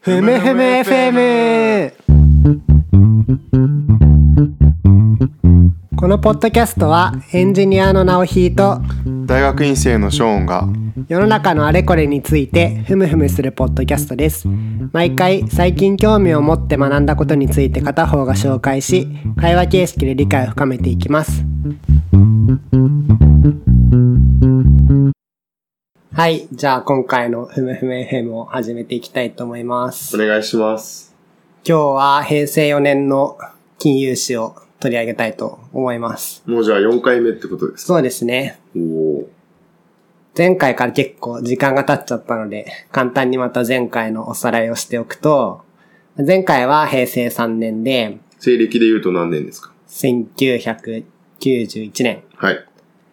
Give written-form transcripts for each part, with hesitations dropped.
ふむふむ FM。 このポッドキャストはエンジニアのナオヒーと大学院生のショーンが世の中のあれこれについてふむふむするポッドキャストです。毎回最近興味を持って学んだことについて片方が紹介し、会話形式で理解を深めていきます。はい、じゃあ今回のふむふむ FM を始めていきたいと思います。 お願いします。 今日は平成4年の金融史を取り上げたいと思います。 もうじゃあ4回目ってことですか？ そうですね。前回から結構時間が経っちゃったので、簡単にまた前回のおさらいをしておくと、前回は平成3年で、 西暦で言うと何年ですか ？1991年。 はい。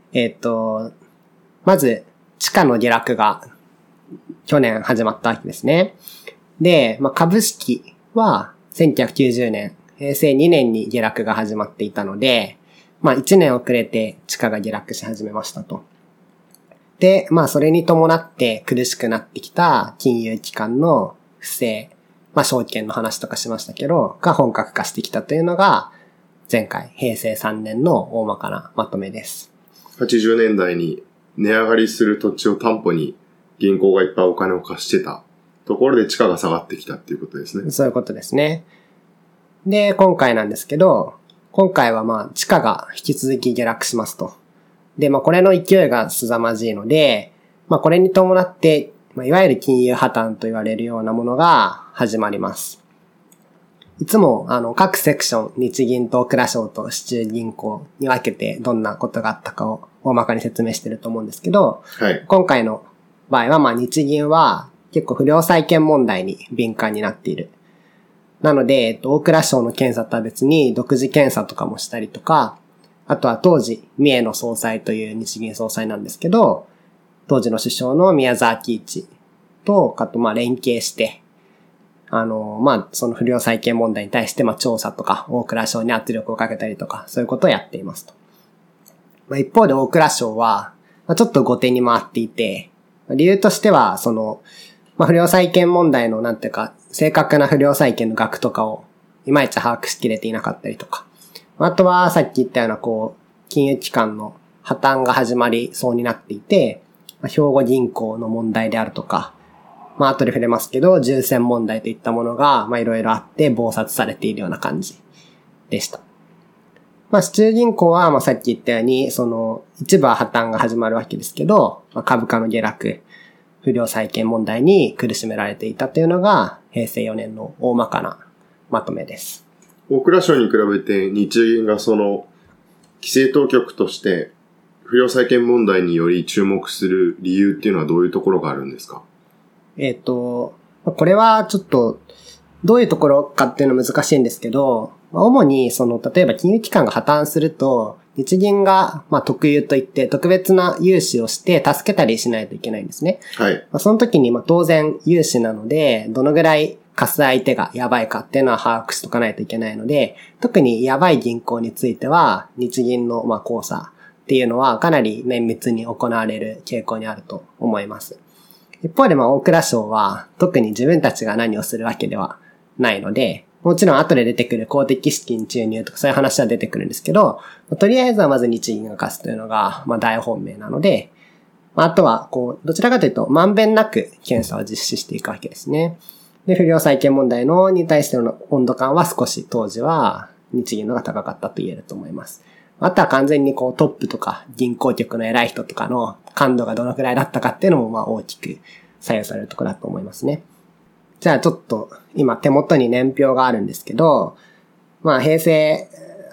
まず、地価の下落が去年始まったわけですね。で、株式は1990年、平成2年に下落が始まっていたので、1年遅れて地価が下落し始めましたと。で、それに伴って苦しくなってきた金融機関の不正、証券の話とかしましたけど、が本格化してきたというのが、前回、平成3年の大まかなまとめです。 80年代に値上がりする土地を担保に銀行がいっぱいお金を貸してたところで地価が下がってきたっていうことですね。 そういうことですね。で、今回なんですけど、今回は地価が引き続き下落しますと。で、これの勢いが凄まじいので、これに伴って、いわゆる金融破綻と言われるようなものが始まります。いつも、各セクション、日銀と蔵省と市中銀行に分けてどんなことがあったかを大まかに説明してると思うんですけど、 はい、 今回の場合は、日銀は結構不良債権問題に敏感になっている。なので、大蔵省の検査とは別に独自検査とかもしたりとか、あとは当時、三重の総裁という日銀総裁なんですけど、当時の首相の宮沢喜一と、あと連携して、その不良債権問題に対して、調査とか、大蔵省に圧力をかけたりとか、そういうことをやっていますと。一方で大蔵省は、ちょっと後手に回っていて、理由としては、不良債権問題の正確な不良債権の額とかを、いまいち把握しきれていなかったりとか、あとはさっき言ったような金融機関の破綻が始まりそうになっていて、兵庫銀行の問題であるとか、後で触れますけど、重戦問題といったものが、いろいろあって忙殺されているような感じでした。市中銀行は、さっき言ったように、一部は破綻が始まるわけですけど、株価の下落、不良債権問題に苦しめられていたというのが、平成4年の大まかなまとめです。 大蔵省に比べて日銀が規制当局として不良債権問題により注目する理由っていうのはどういうところがあるんですか？ これはちょっとどういうところかっていうのは難しいんですけど、主に例えば金融機関が破綻すると、日銀が特有といって特別な融資をして助けたりしないといけないんですね。 はい。 その時に当然融資なので、どのぐらい貸す相手がやばいかっていうのは把握しとかないといけないので、特にやばい銀行については、日銀の監査っていうのはかなり綿密に行われる傾向にあると思います。一方で大蔵省は特に自分たちが何をするわけではないので、もちろん後で出てくる公的資金注入とかそういう話は出てくるんですけど、とりあえずはまず日銀が貸すというのが大本命なので、あとはどちらかというとまんべんなく検査を実施していくわけですね。で、不良債権問題に対しての温度感は少し当時は日銀のが高かったと言えると思います。あとは完全にトップとか銀行局の偉い人とかの感度がどのくらいだったかっていうのも大きく左右されるところだと思いますね。じゃあちょっと今手元に年表があるんですけど、平成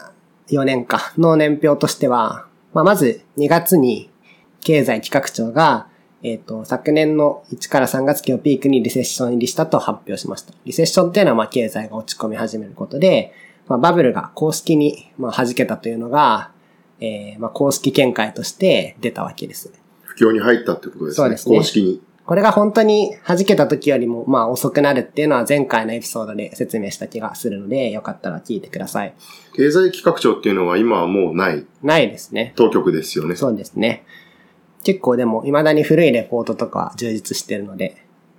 4年かの年表としては、まず2月に経済企画庁が昨年の1から3月期をピークにリセッション入りしたと発表しました。リセッションっていうのは経済が落ち込み始めることで、バブルが公式に弾けたというのが、公式見解として出たわけです。 不況に入ったってことですね。そうですね。公式に。 これが本当に弾けた時よりも遅くなるっていうのは前回のエピソードで説明した気がするので、よかったら聞いてください。 経済企画庁っていうのは今はもうない。 ないですね。 当局ですよね。 そうですね。結構でも未だに古いレポートとか充実してるので、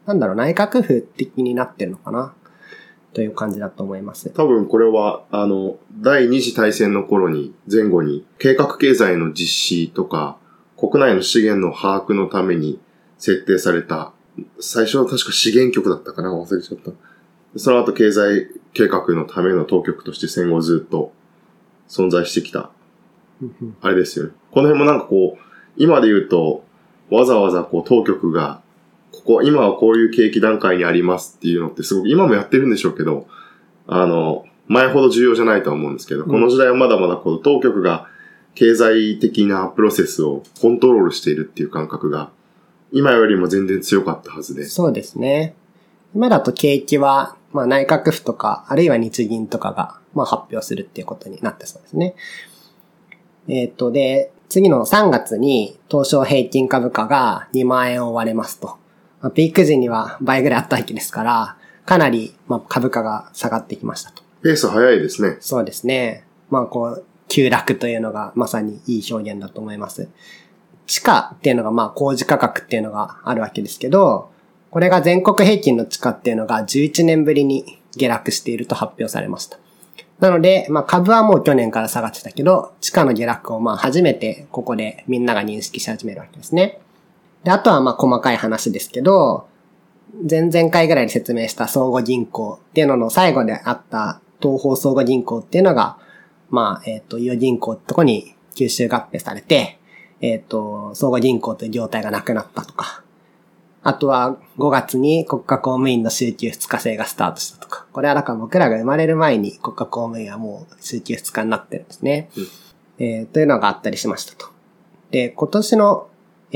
内閣府的になってるのかなという感じだと思います。 多分これは、第二次大戦の頃に、前後に、計画経済の実施とか、国内の資源の把握のために設定された、最初は確か資源局だったかな忘れちゃった。その後経済計画のための当局として戦後ずっと存在してきた。あれですよね。この辺もなんかこう、今で言うと、わざわざこう当局が、今はこういう景気段階にありますっていうのってすごく、今もやってるんでしょうけど、前ほど重要じゃないとは思うんですけど、この時代はまだまだこう当局が経済的なプロセスをコントロールしているっていう感覚が、今よりも全然強かったはずで。 そうですね。今だと景気は、内閣府とか、あるいは日銀とかが、発表するっていうことになってそうですね。で、次の3月に東証平均株価が2万円を割れますと。ピーク時には倍ぐらいあったわけですから、かなり、株価が下がってきましたと。 ペース早いですね。 そうですね。急落というのがまさにいい表現だと思います。地価っていうのが工事価格っていうのがあるわけですけど、これが全国平均の地価っていうのが11年ぶりに下落していると発表されました。なので、株はもう去年から下がってたけど、地価の下落を初めてここでみんなが認識し始めるわけですね。で、あとは細かい話ですけど、前々回ぐらいで説明した相互銀行っていうのの最後であった東方相互銀行っていうのが、伊予銀行ってとこに吸収合併されて、相互銀行という業態がなくなったとか、あとは5月に国家公務員の週休2日制がスタートしたとか、これはだから僕らが生まれる前に国家公務員はもう週休2日になってるんですね。というのがあったりしましたと。で、今年の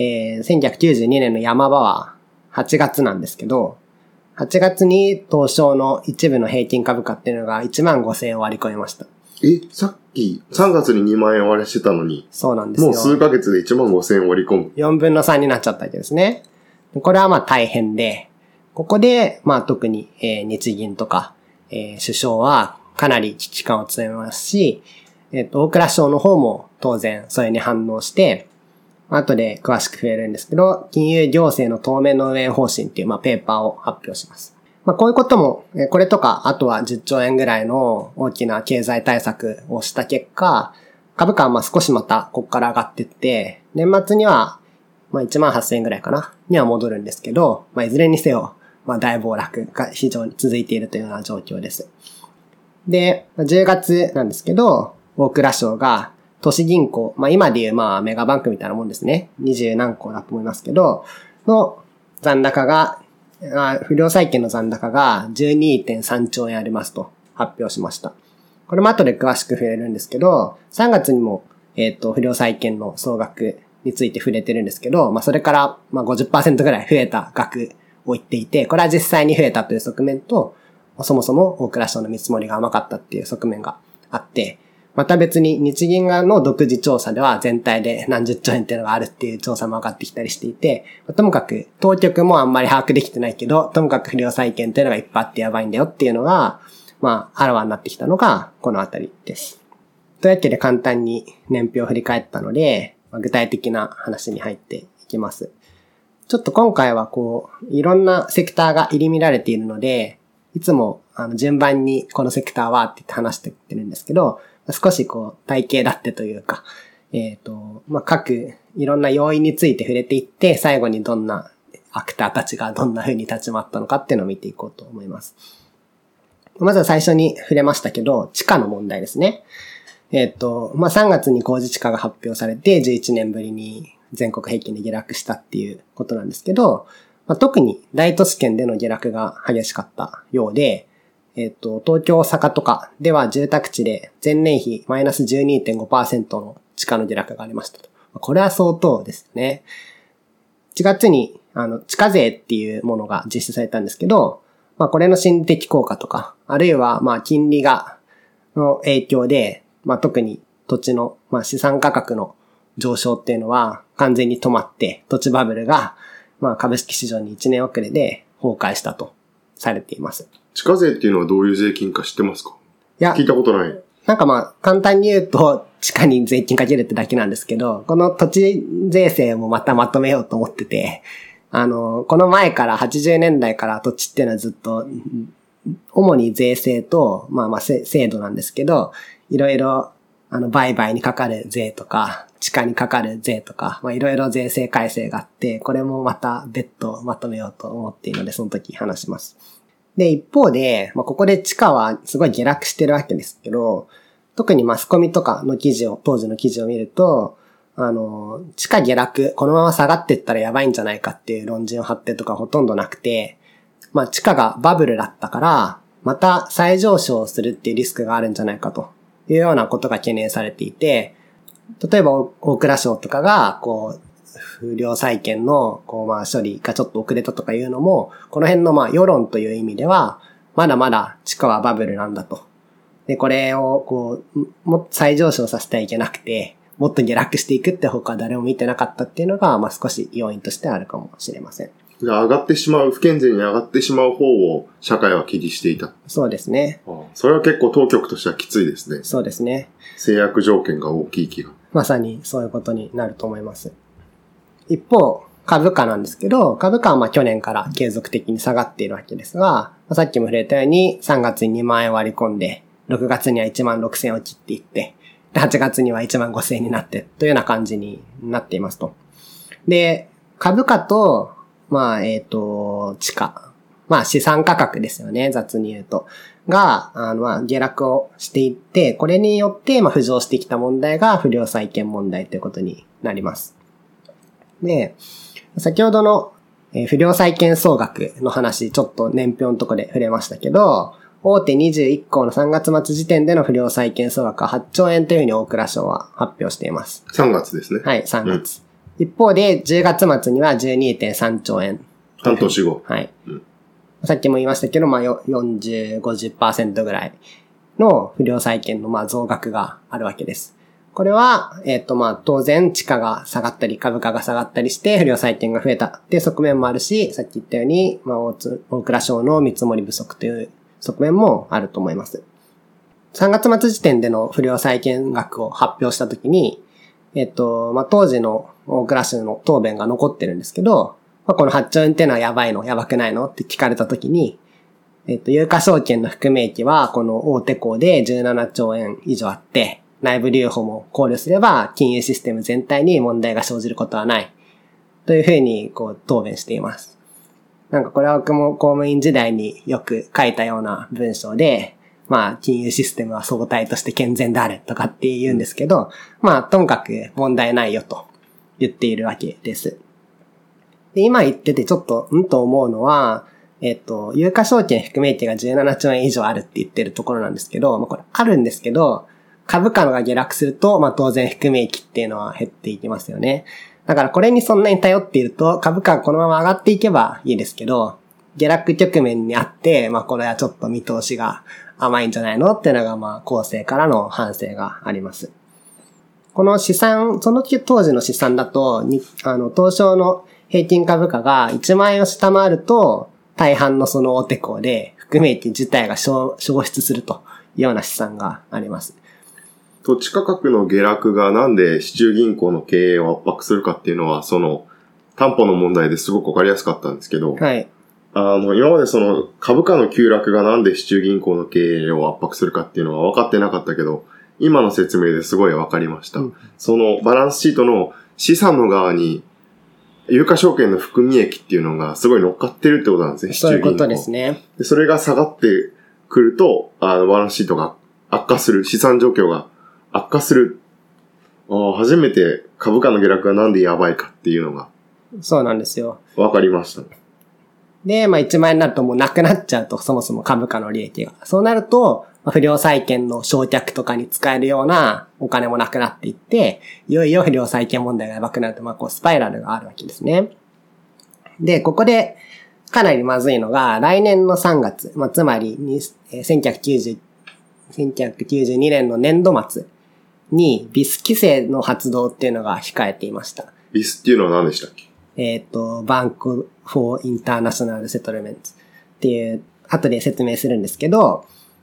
1992年の山場は8月なんですけど、8月に東証の一部の平均株価っていうのが15,000円を割り込みました。 さっき3月に2万円割れしてたのに。 そうなんですよ。 もう数ヶ月で15,000円割り込む。 4分の3になっちゃったわけですね。これは大変で、ここで特に日銀とか首相はかなり危機感を強めますし、大蔵省の方も当然それに反応して、後で詳しく触れるんですけど、金融行政の当面の運営方針っていうペーパーを発表します。こういうことも、これとか、あとは10兆円ぐらいの大きな経済対策をした結果、株価は少しまたここから上がっていって、年末には18,000円ぐらいかなには戻るんですけど、いずれにせよ、大暴落が非常に続いているというような状況です。で、10月なんですけど、大蔵省が都市銀行、今でいうメガバンクみたいなもんですね。20何個だと思いますけど、の残高が、不良債権の残高が 12.3 兆円ありますと発表しました。これも後で詳しく触れるんですけど、3月にも、不良債権の総額について触れてるんですけど、それから、50% ぐらい増えた額を言っていて、これは実際に増えたという側面と、そもそも大蔵省の見積もりが甘かったっていう側面があって、また別に日銀の独自調査では全体で何十兆円っていうのがあるっていう調査も上がってきたりしていて、ともかく当局もあんまり把握できてないけど、ともかく不良債権っていうのがいっぱいあってやばいんだよっていうのが、あらわになってきたのがこのあたりです。というわけで簡単に年表を振り返ったので、具体的な話に入っていきます。ちょっと今回はいろんなセクターが入り乱れているので、いつも順番にこのセクターはって言って話してってるんですけど、少し体系だってというか、各いろんな要因について触れていって、最後にどんなアクターたちがどんな風に立ち回ったのかっていうのを見ていこうと思います。まずは最初に触れましたけど、地価の問題ですね。3月に公示地価が発表されて、11年ぶりに全国平均で下落したっていうことなんですけど、特に大都市圏での下落が激しかったようで、東京、大阪とかでは住宅地で前年比マイナス 12.5% の地価の下落がありましたと。これは相当ですね。1月に地価税っていうものが実施されたんですけど、これの心理的効果とか、あるいは金利の影響で、特に土地の資産価格の上昇っていうのは完全に止まって、土地バブルが株式市場に1年遅れで崩壊したとされています。 地価税っていうのはどういう税金か知ってますか？いや、聞いたことない。 簡単に言うと、地価に税金かけるってだけなんですけど、この土地税制もまたまとめようと思ってて、 この前から80年代から土地っていうのはずっと、主に税制と、制度なんですけど、いろいろ、売買にかかる税とか、地価にかかる税とか、いろいろ税制改正があって、これもまた別途まとめようと思っているので、その時話します。で、一方で、ここで地価はすごい下落してるわけですけど、特にマスコミとかの当時の記事を見ると、地価下落、このまま下がっていったらやばいんじゃないかっていう論陣を張ってるとかほとんどなくて、地価がバブルだったから、また再上昇するっていうリスクがあるんじゃないかというようなことが懸念されていて、例えば大蔵省とかが、不良債権の、処理がちょっと遅れたとかいうのも、この辺の世論という意味では、まだまだ地価はバブルなんだと。で、これを、もっと再上昇させてはいけなくて、もっと下落していくって他は誰も見てなかったっていうのが、少し要因としてあるかもしれません。 じゃあ上がってしまう、不健全に上がってしまう方を社会は気にしていた。 そうですね。 それは結構当局としてはきついですね。 そうですね。 制約条件が大きい気が。 まさにそういうことになると思います。一方、株価なんですけど、株価は去年から継続的に下がっているわけですが、さっきも触れたように3月に2万円割り込んで、6月には1万6千を切っていって、8月には1万5千円になってというような感じになっていますと。で、株価と、地価。資産価格ですよね、雑に言うと。が、下落をしていって、これによって、浮上してきた問題が不良債権問題ということになります。で、先ほどの、不良債権総額の話、ちょっと年表のとこで触れましたけど、大手21行の3月末時点での不良債権総額は8兆円というふうに大蔵省は発表しています。 3月ですね。 はい、3月。一方で、10月末には 12.3 兆円。 半年後。 はい。さっきも言いましたけど、40、50% ぐらいの不良債権の増額があるわけです。これは、当然地価が下がったり株価が下がったりして不良債権が増えたっていう側面もあるし、さっき言ったように、大蔵省の見積もり不足という側面もあると思います。3月末時点での不良債権額を発表したときに、当時の大蔵省の答弁が残ってるんですけど、この8兆円っていうのはやばいのやばくないのって聞かれたときに、有価証券の含め益はこの大手行で17兆円以上あって、内部留保も考慮すれば金融システム全体に問題が生じることはない。というふうに答弁しています。なんかこれは僕も公務員時代によく書いたような文章で、金融システムは相対として健全であるとかって言うんですけど、ともかく問題ないよと言っているわけです。で、今言っててちょっと、と思うのは、有価証券含め益が17兆円以上あるって言ってるところなんですけど、これあるんですけど、株価が下落すると、当然含め益っていうのは減っていきますよね。だからこれにそんなに頼っていると、株価がこのまま上がっていけばいいですけど、下落局面にあって、これはちょっと見通しが甘いんじゃないのっていうのが、後世からの反省があります。この試算、その当時の試算だと、東証の平均株価が1万円を下回ると、大半のその大手行で含め益自体が消失するというような試算があります。 土地価格の下落がなんで市中銀行の経営を圧迫するかっていうのは、その担保の問題ですごくわかりやすかったんですけど、 はい。 今までその株価の急落がなんで市中銀行の経営を圧迫するかっていうのは分かってなかったけど、今の説明ですごい分かりました。そのバランスシートの資産の側に、有価証券の含み益っていうのがすごい乗っかってるってことなんですね、市中銀行。 そういうことですね。 で、それが下がってくると、バランスシートが悪化する、資産状況が悪化する。初めて株価の下落がなんでやばいかっていうのが。 そうなんですよ。 わかりました。 で、1万円になるともうなくなっちゃうと、そもそも株価の利益が。そうなると、不良債権の償却とかに使えるようなお金もなくなっていって、いよいよ不良債権問題がやばくなると、スパイラルがあるわけですね。で、ここでかなりまずいのが、来年の3月、つまり1992年の年度末にビス規制の発動っていうのが控えていました。 ビスっていうのは何でしたっけ？ バンクフォーインターナショナルセトルメントっていう、後で説明するんですけど、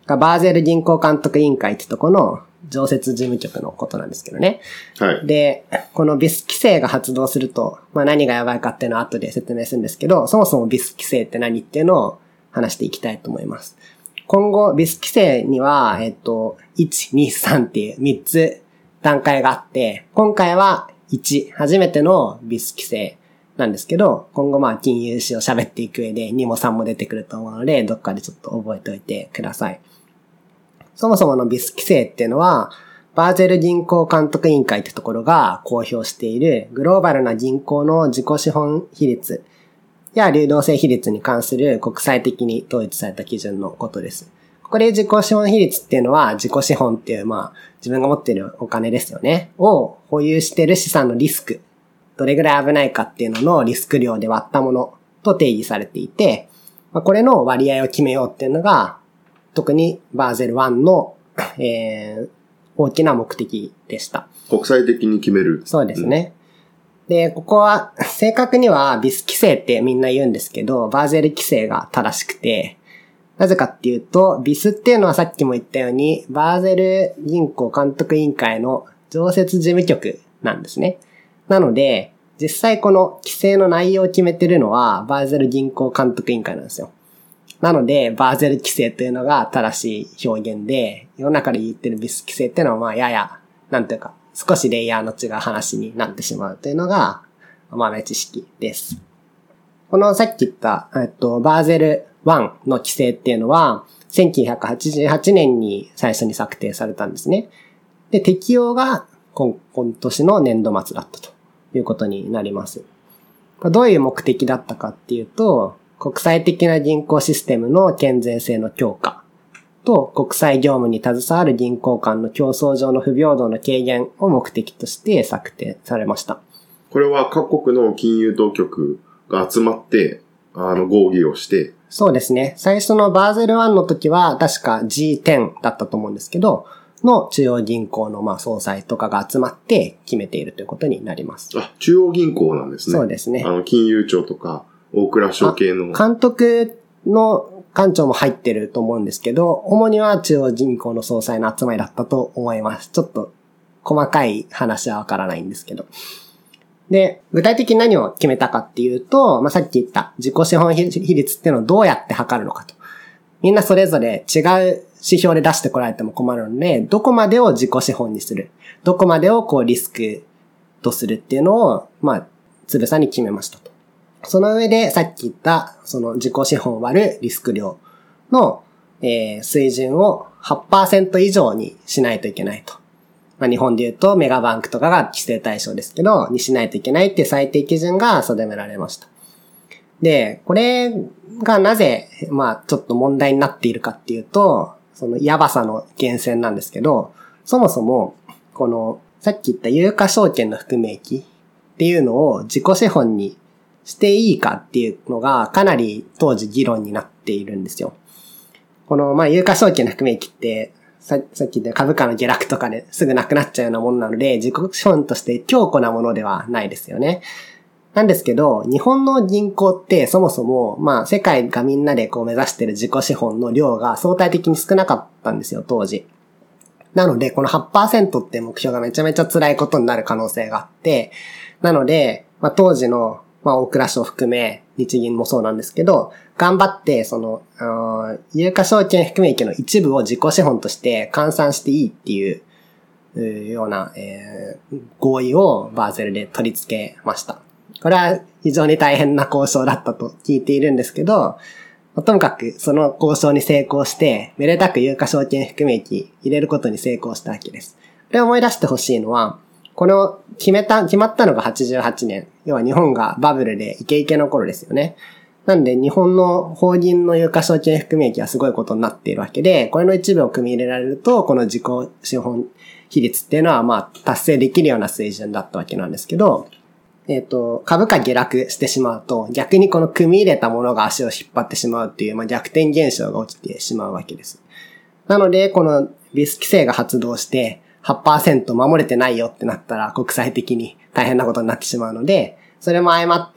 バーゼル銀行監督委員会ってとこの常設事務局のことなんですけどね。 はい。 で、このビス規制が発動すると、何がやばいかっていうのは後で説明するんですけど、そもそもビス規制って何っていうのを話していきたいと思います。今後、ビス規制には、1、2、3っていう3つ段階があって、今回は1、初めてのビス規制なんですけど、今後金融史を喋っていく上で2も3も出てくると思うので、どっかでちょっと覚えておいてください。そもそものビス規制っていうのは、バーゼル銀行監督委員会ってところが公表しているグローバルな銀行の自己資本比率や流動性比率に関する国際的に統一された基準のことです。ここで自己資本比率っていうのは、自己資本っていう自分が持っているお金ですよね。を保有している資産のリスク、どれぐらい危ないかっていうののリスク量で割ったものと定義されていて、これの割合を決めようっていうのが、特にバーゼル1の、大きな目的でした。 国際的に決める。 そうですね。で、ここは、正確にはビス規制ってみんな言うんですけど、バーゼル規制が正しくて、なぜかっていうと、ビスっていうのはさっきも言ったように、バーゼル銀行監督委員会の常設事務局なんですね。なので、実際この規制の内容を決めてるのは、バーゼル銀行監督委員会なんですよ。なので、バーゼル規制というのが正しい表現で、世の中で言ってるビス規制っていうのはやや、なんていうか、少しレイヤーの違う話になってしまうというのが、豆知識です。このさっき言った、バーゼル1の規制っていうのは、1988年に最初に策定されたんですね。で、適用が今年の年度末だったということになります。どういう目的だったかっていうと、国際的な銀行システムの健全性の強化と国際業務に携わる銀行間の競争上の不平等の軽減を目的として策定されました。 これは各国の金融当局が集まって合議をして。 そうですね。最初のバーゼル1の時は確か G10 だったと思うんですけど、の中央銀行の総裁とかが集まって決めているということになります。 あ、中央銀行なんですね。 そうですね。 金融庁とか大蔵省系の。 監督の官庁も入ってると思うんですけど、主には中央銀行の総裁の集まりだったと思います。ちょっと細かい話はわからないんですけど。で、具体的に何を決めたかっていうと、さっき言った自己資本比率っていうのをどうやって測るのかと。みんなそれぞれ違う指標で出してこられても困るので、どこまでを自己資本にする。どこまでをリスクとするっていうのを、つぶさに決めましたと。その上でさっき言ったその自己資本割るリスク量の、水準を 8% 以上にしないといけないと。日本で言うとメガバンクとかが規制対象ですけど、にしないといけないっていう最低基準が定められました。で、これがなぜ、ちょっと問題になっているかっていうと、そのやばさの源泉なんですけど、そもそも、この、さっき言った有価証券の含み益っていうのを自己資本にしていいかっていうのがかなり当時議論になっているんですよ。この、有価証券の含み益って、さっき言った株価の下落とかですぐなくなっちゃうようなものなので、自己資本として強固なものではないですよね。なんですけど、日本の銀行ってそもそも、世界がみんなで目指している自己資本の量が相対的に少なかったんですよ、当時。なので、この 8% って目標がめちゃめちゃ辛いことになる可能性があって、なので、当時の、大蔵省含め、日銀もそうなんですけど、頑張って、有価証券含み益の一部を自己資本として換算していいっていうような、合意をバーゼルで取り付けました。これは非常に大変な交渉だったと聞いているんですけど、ともかくその交渉に成功して、めでたく有価証券含み益入れることに成功したわけです。これを思い出してほしいのは、この決まったのが88年。要は日本がバブルでイケイケの頃ですよね。なんで日本の法人の有価証券含み益はすごいことになっているわけで、これの一部を組み入れられると、この自己資本比率っていうのは達成できるような水準だったわけなんですけど、株価下落してしまうと、逆にこの組み入れたものが足を引っ張ってしまうっていう、逆転現象が起きてしまうわけです。なので、このビス規制が発動して、8% 守れてないよってなったら国際的に大変なことになってしまうので、それも相まって、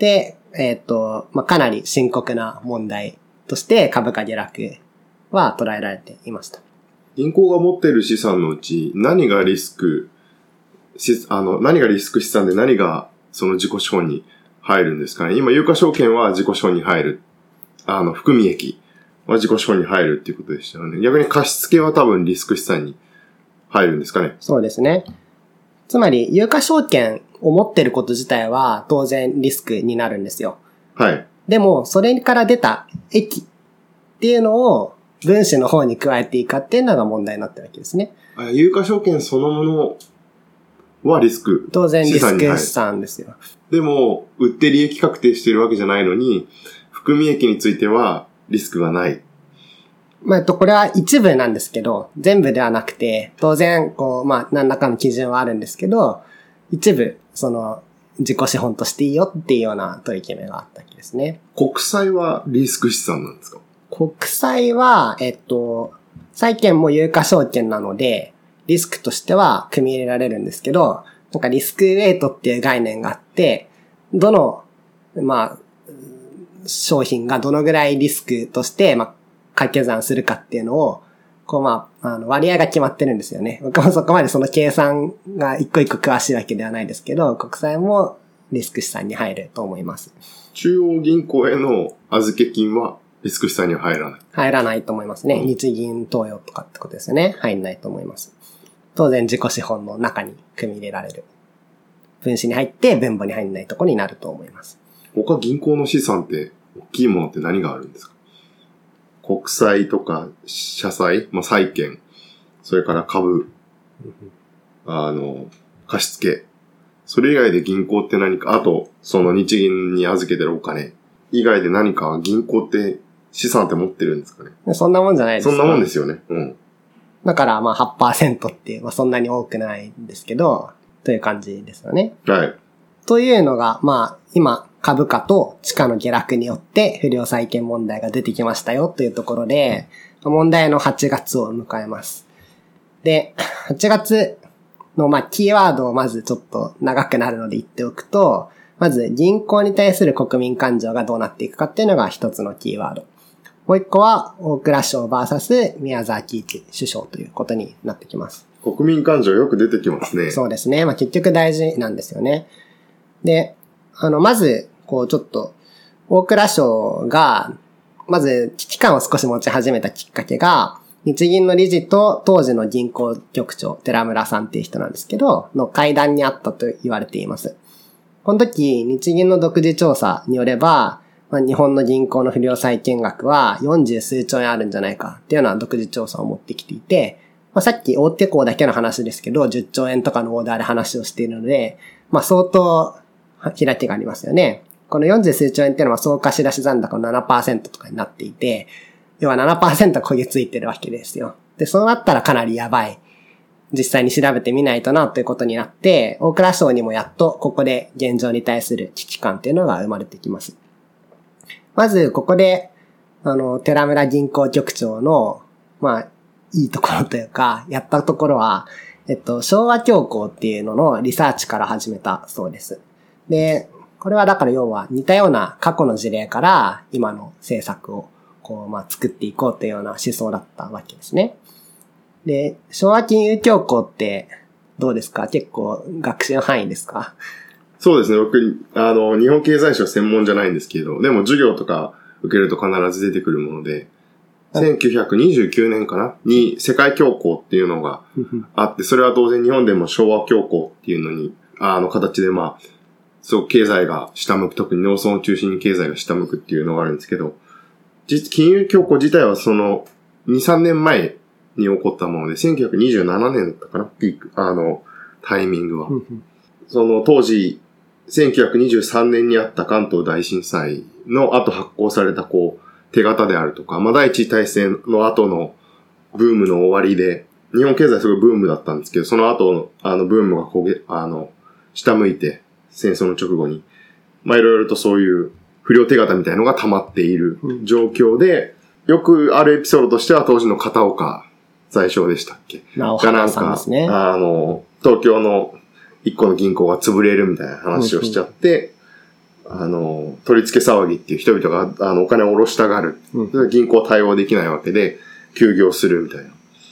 かなり深刻な問題として株価下落は捉えられていました。 銀行が持っている資産のうち何がリスク資産で何がその自己資本に入るんですかね。今、有価証券は自己資本に入る。含み益は自己資本に入るっていうことでしたよね。逆に貸付は多分リスク資産に入るんですかね。 そうですね。つまり、有価証券を持ってること自体は当然リスクになるんですよ。 はい。 でも、それから出た益っていうのを分子の方に加えていいかっていうのが問題になってるわけですね。 有価証券そのものはリスク。 当然リスク資産ですよ。 でも、売って利益確定してるわけじゃないのに、含み益についてはリスクがない。 これは一部なんですけど、全部ではなくて、当然、何らかの基準はあるんですけど、一部、自己資本としていいよっていうような取り決めがあったわけですね。 国債はリスク資産なんですか？ 国債は、債券も有価証券なので、リスクとしては組み入れられるんですけど、リスクウェイトっていう概念があって、どの、商品がどのぐらいリスクとして、掛け算するかっていうのを、割合が決まってるんですよね。僕もそこまでその計算が一個一個詳しいわけではないですけど、国債もリスク資産に入ると思います。 中央銀行への預け金はリスク資産には入らない？ 入らないと思いますね。日銀投与とかってことですよね。入んないと思います。当然自己資本の中に組み入れられる。分子に入って分母に入んないところになると思います。 他銀行の資産って大きいものって何があるんですか？国債とか社債、債券、それから株、貸付。それ以外で銀行って何か、あと、その日銀に預けてるお金以外で何か銀行って資産って持ってるんですかね？ そんなもんじゃないですか。 そんなもんですよね。うん。 だから 8% っていう、そんなに多くないんですけど、という感じですよね。 はい。 というのが、今、株価と地価の下落によって不良債権問題が出てきましたよというところで、問題の8月を迎えます。で、8月のキーワードをまずちょっと長くなるので言っておくと、まず銀行に対する国民感情がどうなっていくかっていうのが一つのキーワード。もう一個は大蔵省 VS 宮沢喜一首相ということになってきます。 国民感情よく出てきますね。 そうですね。結局大事なんですよね。で、まず、ちょっと、大蔵省が、まず、危機感を少し持ち始めたきっかけが、日銀の理事と当時の銀行局長、寺村さんっていう人なんですけど、の会談にあったと言われています。この時、日銀の独自調査によれば、日本の銀行の不良債権額は40数兆円あるんじゃないかっていうような独自調査を持ってきていて、さっき大手行だけの話ですけど、10兆円とかのオーダーで話をしているので、相当開きがありますよね。この40数兆円っていうのは総貸出残高の 7% とかになっていて、要は 7% 焦げついてるわけですよ。で、そうなったらかなりやばい。実際に調べてみないとなということになって、大蔵省にもやっとここで現状に対する危機感っていうのが生まれてきます。まず、ここで、寺村銀行局長の、いいところというか、やったところは、昭和恐慌っていうののリサーチから始めたそうです。で、これはだから要は似たような過去の事例から今の政策を作っていこうというような思想だったわけですね。で、昭和金融恐慌ってどうですか？結構学習範囲ですか？ そうですね。僕、日本経済史は専門じゃないんですけど、でも授業とか受けると必ず出てくるもので、1929年かなに世界恐慌っていうのがあって、それは当然日本でも昭和恐慌っていうのに、形で経済が下向く、特に農村を中心に経済が下向くっていうのがあるんですけど、金融恐慌自体はその2、3年前に起こったもので、1927年だったかなピーク、タイミングは。その当時、1923年にあった関東大震災の後発行された手形であるとか、第一次大戦の後のブームの終わりで、日本経済すごいブームだったんですけど、その後のブームが下向いて、戦争の直後に、いろいろとそういう不良手形みたいなのが溜まっている状況で、よくあるエピソードとしては当時の片岡財相でしたっけ？がなんか、東京の一個の銀行が潰れるみたいな話をしちゃって、取り付け騒ぎっていう人々が、お金を下ろしたがる。銀行対応できないわけで、休業するみたいな。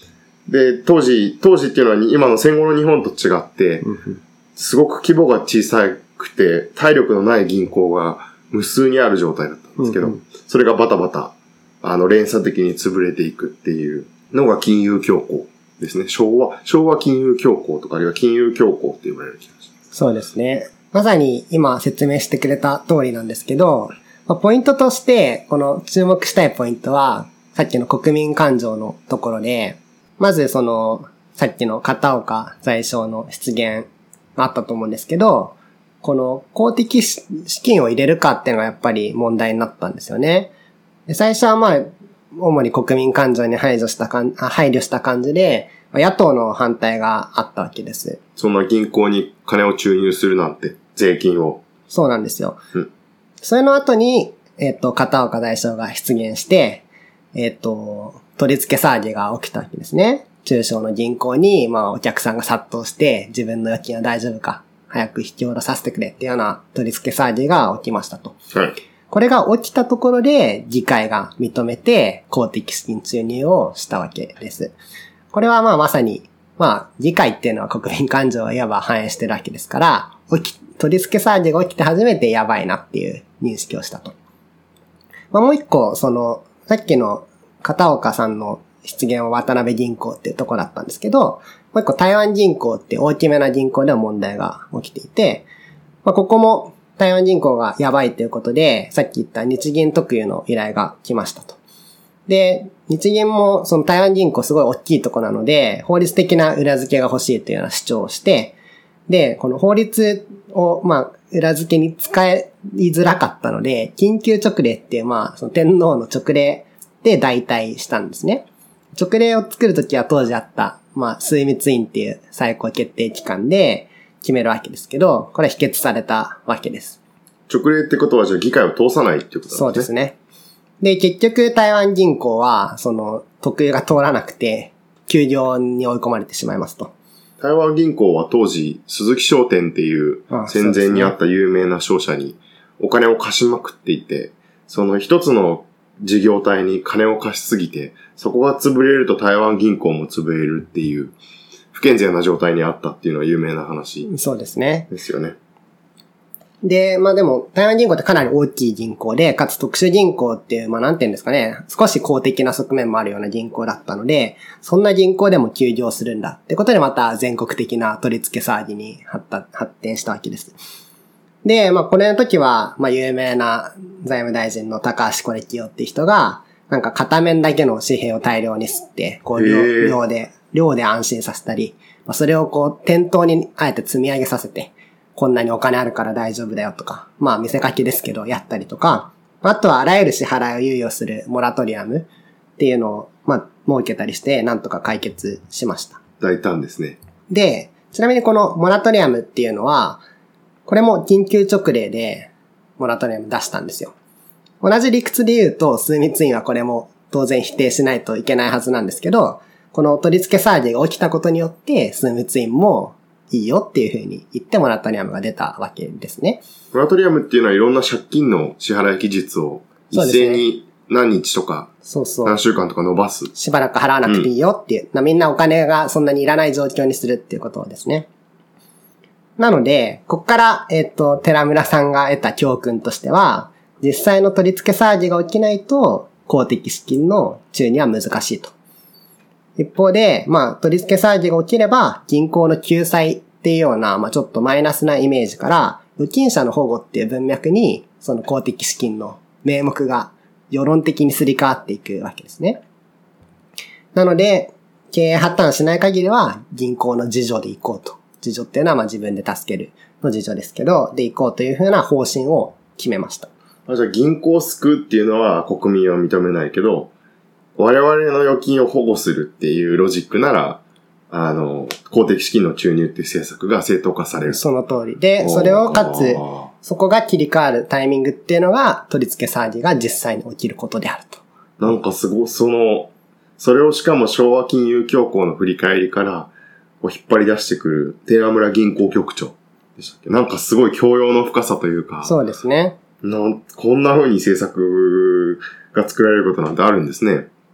で、当時っていうのは今の戦後の日本と違って、すごく規模が小さくて、体力のない銀行が無数にある状態だったんですけど、それがバタバタ、連鎖的に潰れていくっていうのが金融恐慌ですね。昭和金融恐慌とかあるいは金融恐慌って言われる気がします。 そうですね。まさに今説明してくれた通りなんですけど、ポイントとして、この注目したいポイントは、さっきの国民感情のところで、まずさっきの片岡財相の失言があったと思うんですけど、この公的資金を入れるかっていうのがやっぱり問題になったんですよね。で最初は主に国民感情に配慮した感じで、野党の反対があったわけです。 そんな銀行に金を注入するなんて、税金を。 そうなんですよ。それの後に、片岡財相が出現して、取り付け騒ぎが起きたわけですね。中小の銀行に、お客さんが殺到して、自分の預金は大丈夫か、早く引き下ろさせてくれっていうような取り付け騒ぎが起きましたと。 はい。 これが起きたところで、議会が認めて、公的資金注入をしたわけです。これはまさに、議会っていうのは国民感情をいわば反映してるわけですから、取り付け騒ぎが起きて初めてやばいなっていう認識をしたと。もう一個、さっきの片岡さんの出現は渡辺銀行っていうところだったんですけど、もう一個台湾銀行って大きめな銀行では問題が起きていて、ここも台湾銀行がやばいということで、さっき言った日銀特有の依頼が来ましたと。で、日銀もその台湾銀行すごい大きいところなので、法律的な裏付けが欲しいというような主張をして、で、この法律を、裏付けに使いづらかったので、緊急勅令っていう、その天皇の勅令で代替したんですね。勅令を作るときは当時あった、枢密院っていう最高決定機関で決めるわけですけど、これは否決されたわけです。 勅令ってことはじゃあ議会を通さないっていうことなんですね。 そうですね。で、結局台湾銀行は、特有が通らなくて、休業に追い込まれてしまいますと。 台湾銀行は当時、鈴木商店っていう戦前にあった有名な商社にお金を貸しまくっていて、その一つの事業体に金を貸しすぎて、そこが潰れると台湾銀行も潰れるっていう、不健全な状態にあったっていうのは有名な話。 そうですね。 ですよね。 で、でも、台湾銀行ってかなり大きい銀行で、かつ特殊銀行っていう、なんていうんですかね、少し公的な側面もあるような銀行だったので、そんな銀行でも休業するんだってことでまた全国的な取り付け騒ぎに発展したわけです。で、これの時は、有名な財務大臣の高橋是清っていう人が、片面だけの紙幣を大量に吸って、量で安心させたり、それを店頭にあえて積み上げさせて、こんなにお金あるから大丈夫だよとか、見せかけですけど、やったりとか、あとはあらゆる支払いを猶予するモラトリアムっていうのを、設けたりして、なんとか解決しました。 大胆ですね。 で、ちなみにこのモラトリアムっていうのは、これも緊急勅令でモラトリアム出したんですよ。同じ理屈で言うと、枢密院はこれも当然否定しないといけないはずなんですけど、この取り付け騒ぎが起きたことによって、枢密院もいいよっていう風に言ってモラトリアムが出たわけですね。 モラトリアムっていうのはいろんな借金の支払い期日を一斉に何日とか何週間とか伸ばす。 しばらく払わなくていいよっていう、みんなお金がそんなにいらない状況にするっていうことですね。なので、ここから、寺村さんが得た教訓としては、実際の取り付け騒ぎが起きないと、公的資金の注入は難しいと。一方で、取り付け騒ぎが起きれば、銀行の救済っていうような、ちょっとマイナスなイメージから、預金者の保護っていう文脈に、その公的資金の名目が世論的にすり替わっていくわけですね。なので、経営破綻しない限りは、銀行の自助で行こうと。自助っていうのは自分で助けるの自助ですけど、で行こうというふうな方針を決めました。 じゃあ銀行を救うっていうのは国民は認めないけど、我々の預金を保護するっていうロジックなら、公的資金の注入っていう政策が正当化される。 その通りで、それをかつ、そこが切り替わるタイミングっていうのが、取り付け騒ぎが実際に起きることであると。 すごい、それをしかも昭和金融恐慌の振り返りから、引っ張り出してくる寺村銀行局長でしたっけ？すごい教養の深さというか。 そうですね。 こんな風に政策が作られることなんてあるんですね。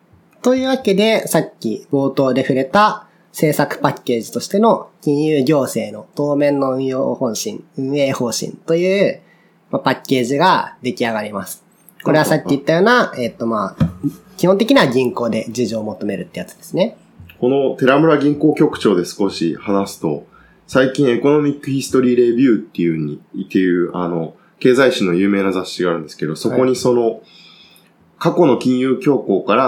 というわけで、さっき冒頭で触れた政策パッケージとしての金融行政の当面の運営方針という、パッケージが出来上がります。これはさっき言ったような、基本的には銀行で事情を求めるってやつですね。 この寺村銀行局長で少し話すと、最近エコノミックヒストリーレビューっていう経済誌の有名な雑誌があるんですけど、そこに過去の金融恐慌から、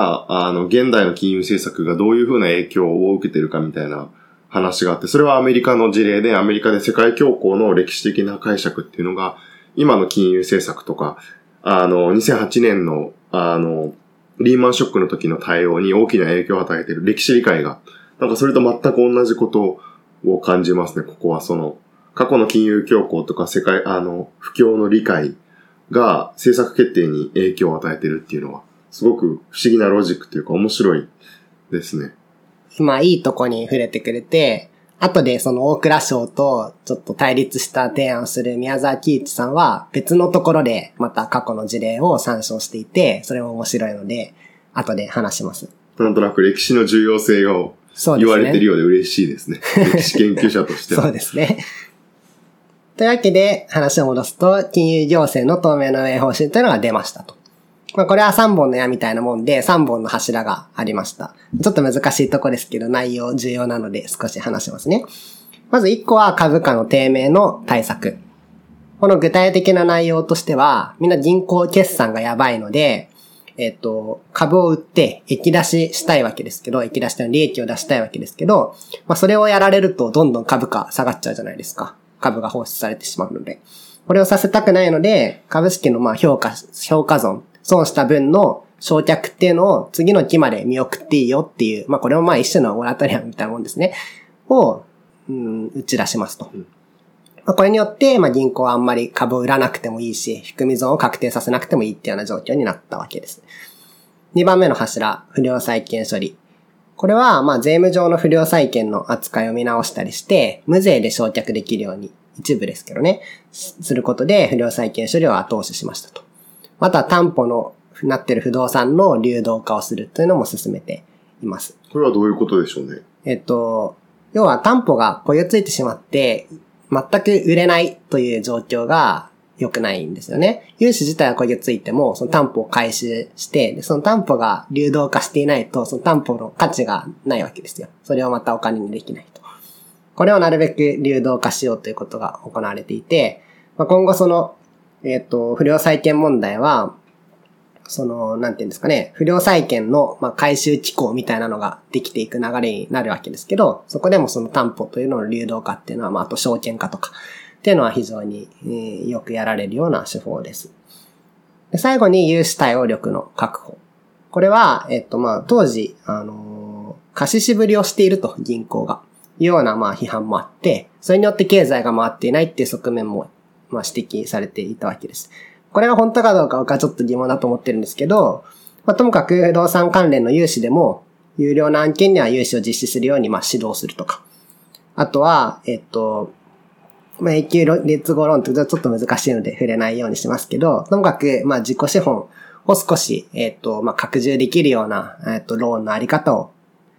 現代の金融政策がどういうふうな影響を受けてるかみたいな話があって、それはアメリカの事例で、アメリカで世界恐慌の歴史的な解釈っていうのが、今の金融政策とか、2008年の、リーマンショックの時の対応に大きな影響を与えている歴史理解が、なんかそれと全く同じことを感じますね。ここは過去の金融恐慌とか不況の理解が政策決定に影響を与えているっていうのは、すごく不思議なロジックというか面白いですね。 今いいとこに触れてくれて、後で大蔵省とちょっと対立した提案をする宮沢喜一さんは別のところでまた過去の事例を参照していて、それも面白いので、後で話します。 なんとなく歴史の重要性を言われているようで嬉しいですね。歴史研究者としては。 そうですね。というわけで話を戻すと、金融行政の透明な運営方針というのが出ましたと。これは3本の矢みたいなもんで3本の柱がありました。ちょっと難しいとこですけど内容重要なので少し話しますね。まず1個は株価の低迷の対策。この具体的な内容としては、みんな銀行決算がやばいので、株を売って益出ししたいわけですけど、益出したの利益を出したいわけですけど、それをやられるとどんどん株価下がっちゃうじゃないですか。株が放出されてしまうので。これをさせたくないので、株式の評価損。損した分の償却っていうのを次の期まで見送っていいよっていう、これも一種のモラトリアムみたいなもんですね。を、打ち出しますと。これによって、銀行はあんまり株を売らなくてもいいし、含み損を確定させなくてもいいっていうような状況になったわけです。2番目の柱、不良債権処理。これは、税務上の不良債権の扱いを見直したりして、無税で償却できるように、一部ですけどね、することで不良債権処理を後押ししましたと。また担保のなっている不動産の流動化をするというのも進めています。 これはどういうことでしょうね。 要は担保がこゆついてしまって全く売れないという状況が良くないんですよね。融資自体はこゆついてもその担保を回収して、その担保が流動化していないとその担保の価値がないわけですよ。それをまたお金にできないと。これをなるべく流動化しようということが行われていて、今後不良債権問題は、なんていうんですかね、不良債権の、回収機構みたいなのができていく流れになるわけですけど、そこでもその担保というのの流動化っていうのは、あと証券化とかっていうのは非常に、よくやられるような手法です。で、最後に融資対応力の確保。これは、当時、貸し渋りをしていると、銀行が。いうような、批判もあって、それによって経済が回っていないっていう側面も指摘されていたわけです。これが本当かどうか僕はちょっと疑問だと思ってるんですけど、ともかく不動産関連の融資でも、有料な案件には融資を実施するように指導するとか。あとは、永久劣後ローンってちょっと難しいので触れないようにしますけど、ともかく、自己資本を少し、拡充できるような、ローンのあり方を、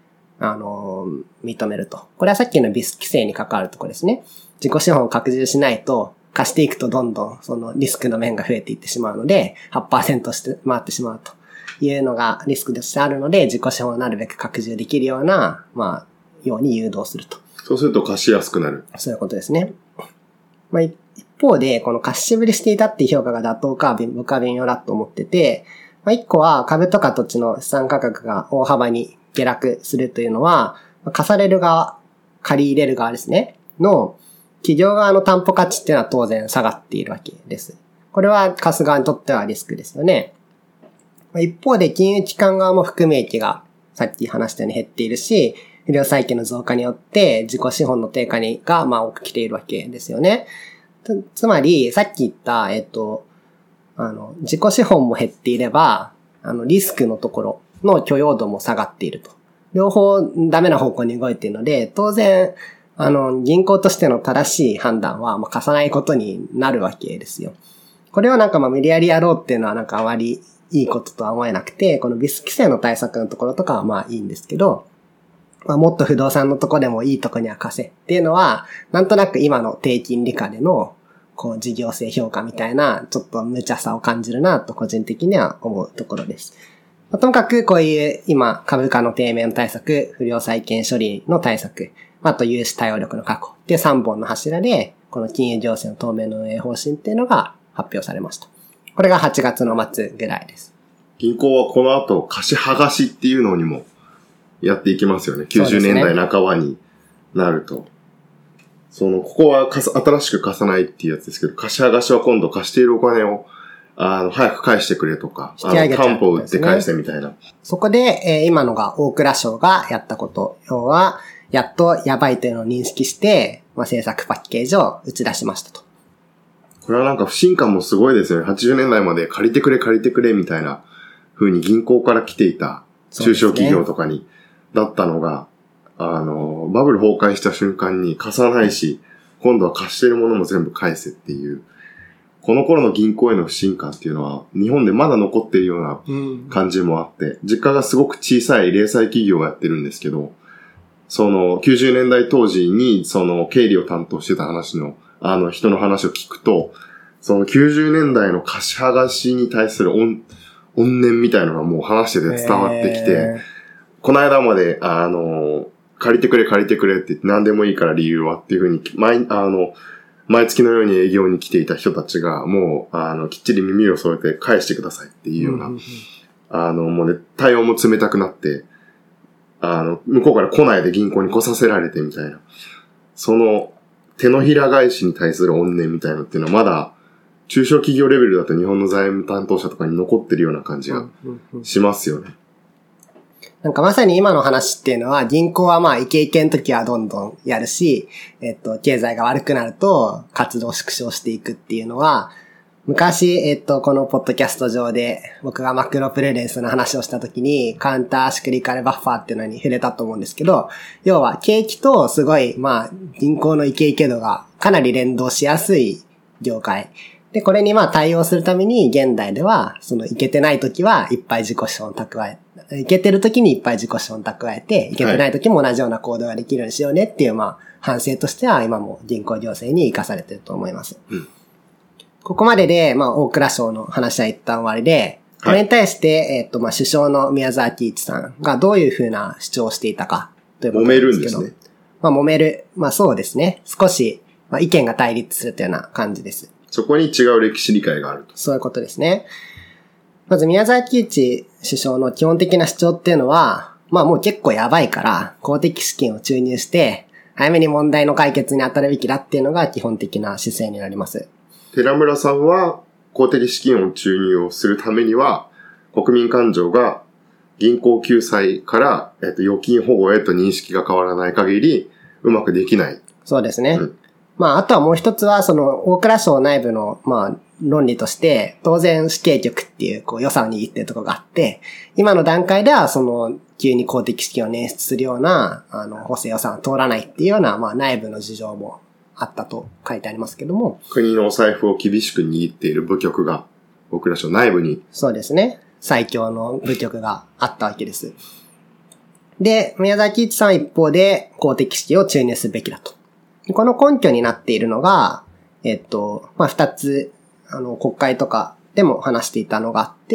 認めると。これはさっきのビス規制に関わるところですね。自己資本を拡充しないと、貸していくとどんどんそのリスクの面が増えていってしまうので、8% して回ってしまうというのがリスクとしてあるので、自己資本をなるべく拡充できるような、ように誘導すると。 そうすると貸しやすくなる。 そういうことですね。一方で、この貸し渋りしていたっていう評価が妥当か、僕は微妙だと思ってて、一個は株とか土地の資産価格が大幅に下落するというのは、貸される側、借り入れる側ですね、の企業側の担保価値っていうのは当然下がっているわけです。これは貸す側にとってはリスクですよね。一方で金融機関側も含み益がさっき話したように減っているし、不良債権の増加によって自己資本の低下が多く来ているわけですよね。つまり、さっき言った、自己資本も減っていれば、リスクのところの許容度も下がっていると。両方ダメな方向に動いているので、当然、銀行としての正しい判断は、貸さないことになるわけですよ。これを無理やりやろうっていうのはあまりいいこととは思えなくて、このビス規制の対策のところとかはまあいいんですけど、まあ、もっと不動産のとこでもいいとこには貸せっていうのは、なんとなく今の低金利下での、こう事業性評価みたいな、ちょっと無茶さを感じるなと個人的には思うところです。まあ、ともかくこういう今株価の低迷の対策、不良債権処理の対策、あと融資対応力の確保っていう3本の柱で、この金融行政の当面の運営方針っていうのが発表されました。これが8月の末ぐらいです。 銀行はこの後貸し剥がしっていうのにもやっていきますよね。90年代半ばになると。ここは新しく貸さないっていうやつですけど、貸し剥がしは今度貸しているお金を、早く返してくれとか、 引き上げちゃう、 担保を売って返してみたいな。 そこで、今のが大蔵省がやったこと。要は、やっとやばいというのを認識して、政策パッケージを打ち出しましたと。 これはなんか不信感もすごいですよね。80年代まで借りてくれみたいな風に銀行から来ていた中小企業とかに、だったのが、バブル崩壊した瞬間に貸さないし、今度は貸してるものも全部返せっていう、この頃の銀行への不信感っていうのは、日本でまだ残っているような感じもあって、実家がすごく小さい零細企業がやってるんですけど、90年代当時に、経理を担当してた人の話を聞くと、90年代の貸し剥がしに対する怨念みたいなのがもう話してて伝わってきて、この間まで、借りてくれって言って何でもいいから理由はっていうふうに、毎月のように営業に来ていた人たちが、もう、きっちり耳を添えて返してくださいっていうような、もうね、対応も冷たくなって、向こうから来ないで銀行に来させられてみたいな。その、手のひら返しに対する怨念みたいなっていうのはまだ、中小企業レベルだと日本の財務担当者とかに残ってるような感じがしますよね。 なんかまさに今の話っていうのは、銀行はまあイケイケの時はどんどんやるし、経済が悪くなると活動縮小していくっていうのは、昔、このポッドキャスト上で僕がマクロプルレンスの話をした時にカウンターシクリカルバッファーっていうのに触れたと思うんですけど、要は景気とすごい、まあ銀行のイケイケ度がかなり連動しやすい業界。で、これにまあ対応するために現代では、イケてない時はいっぱい自己資本蓄え、イケてる時にいっぱい自己資本蓄えて、イケてない時も同じような行動ができるようにしようねっていうまあ反省としては今も銀行行政に生かされてると思います。ここまでで、まあ、大蔵省の話は一旦終わりで、これに対して、まあ、首相の宮沢喜一さんがどういうふうな主張をしていたかということなんですけど。揉めるんですね。まあ、揉める。まあ、そうですね。少し、まあ、意見が対立するというような感じです。 そこに違う歴史理解があると。 そういうことですね。まず、宮沢喜一首相の基本的な主張っていうのは、まあ、もう結構やばいから、公的資金を注入して、早めに問題の解決に当たるべきだっていうのが基本的な姿勢になります。 寺村さんは公的資金を注入をするためには国民感情が銀行救済から、預金保護へと認識が変わらない限りうまくできない。 そうですね。まああとはもう一つは大蔵省内部のまあ論理として当然主計局っていう予算を握ってるところがあって今の段階では急に公的資金を捻出するような補正予算は通らないっていうようなまあ内部の事情もあったと書いてありますけども。 国のお財布を厳しく握っている部局が、大蔵省内部に。 そうですね。最強の部局があったわけです。で、宮沢喜一さんは一方で公的資金を注入すべきだと。この根拠になっているのが、まあ、二つ、国会とかでも話していたのがあって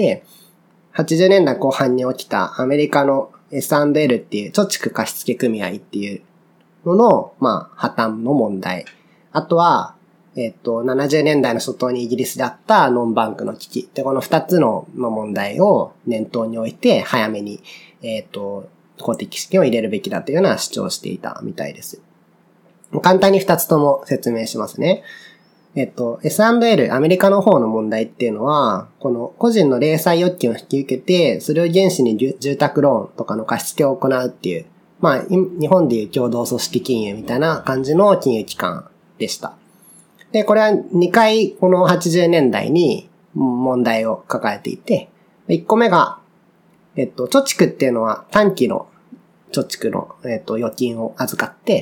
、80年代後半に起きたアメリカの S&L っていう貯蓄貸付組合っていうの、まあ、破綻の問題。あとは、70年代の初頭にイギリスであったノンバンクの危機。で、この二つの問題を念頭に置いて、早めに、公的資金を入れるべきだというような主張をしていたみたいです。簡単に二つとも説明しますね。S&L、アメリカの方の問題っていうのは、この個人の零細預金を引き受けて、それを原資に住宅ローンとかの貸し付けを行うっていう、まあ、日本でいう共同組織金融みたいな感じの金融機関でした。で、これは2回この80年代に問題を抱えていて、1個目が、貯蓄っていうのは短期の貯蓄の、預金を預かって、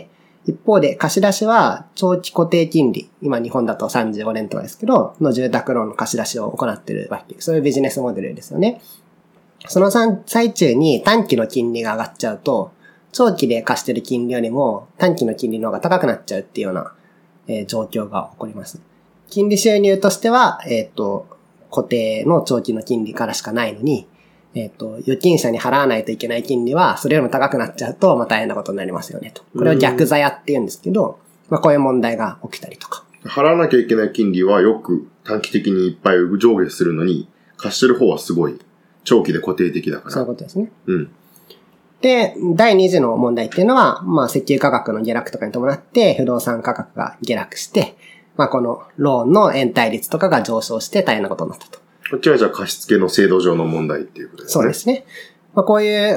一方で貸し出しは長期固定金利、今日本だと35年とかですけど、の住宅ローンの貸し出しを行っているわけ。そういうビジネスモデルですよね。その最中に短期の金利が上がっちゃうと、長期で貸してる金利よりも短期の金利の方が高くなっちゃうっていうような、状況が起こります。金利収入としては、固定の長期の金利からしかないのに、預金者に払わないといけない金利は、それよりも高くなっちゃうと、大変なことになりますよねと。これを逆ザヤって言うんですけど、こういう問題が起きたりとか。 払わなきゃいけない金利はよく短期的にいっぱい上下するのに、貸してる方はすごい長期で固定的だから。 そういうことですね。 うん。 で、第2次の問題っていうのは、石油価格の下落とかに伴って、不動産価格が下落して、このローンの延滞率とかが上昇して大変なことになったと。 こっちはじゃあ貸付の制度上の問題っていうことですね。 そうですね。こういう、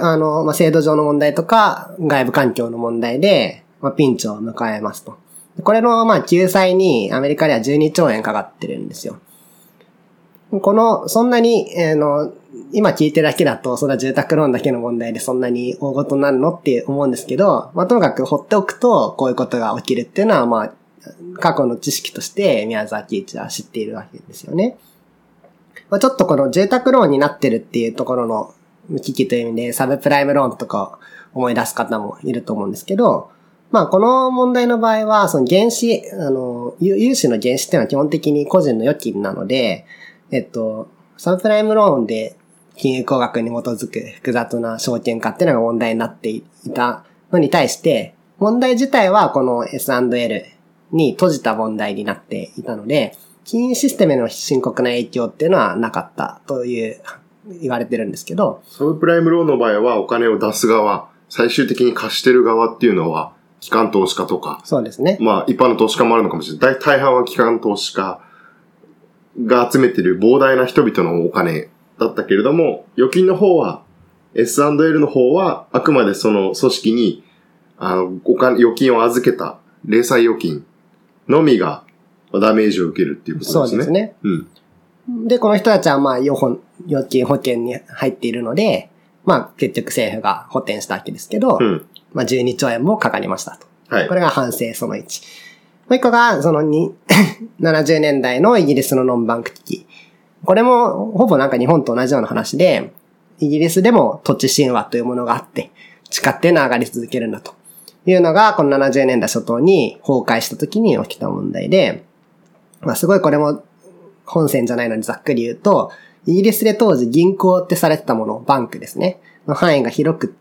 制度上の問題とか、外部環境の問題で、ピンチを迎えますと。これの、救済にアメリカでは12兆円かかってるんですよ。そんなに、今聞いてるだけだと、それは住宅ローンだけの問題でそんなに大事になるのって思うんですけど、ともかく放っておくと、こういうことが起きるっていうのは、過去の知識として宮沢喜一は知っているわけですよね。ちょっとこの住宅ローンになってるっていうところの危機という意味で、サブプライムローンとか思い出す方もいると思うんですけど、この問題の場合は、その原資、融資の原資っていうのは基本的に個人の預金なので、サブプライムローンで金融工学に基づく複雑な証券化っていうのが問題になっていたのに対して、問題自体はこの S&L に閉じた問題になっていたので、金融システムへの深刻な影響っていうのはなかったと言われてるんですけど。 サブプライムローンの場合はお金を出す側、最終的に貸してる側っていうのは、機関投資家とか。 そうですね。 一般の投資家もあるのかもしれない。大半は機関投資家が集めてる膨大な人々のお金だったけれども、預金の方は、S&L の方は、あくまでその組織に、預金を預けた、零細預金のみが、ダメージを受けるっていうことですね。 そうですね。うん。で、この人たちは預金保険に入っているので、結局政府が補填したわけですけど、12兆円もかかりましたと。 はい。 これが反省その1。もう一個が、70年代のイギリスのノンバンク危機。これも、ほぼ日本と同じような話で、イギリスでも土地神話というものがあって、地価っていうのは上がり続けるんだというのが、この70年代初頭に崩壊した時に起きた問題で、すごいこれも本線じゃないのにざっくり言うと、イギリスで当時銀行ってされてたもの、バンクですね、の範囲が広くって、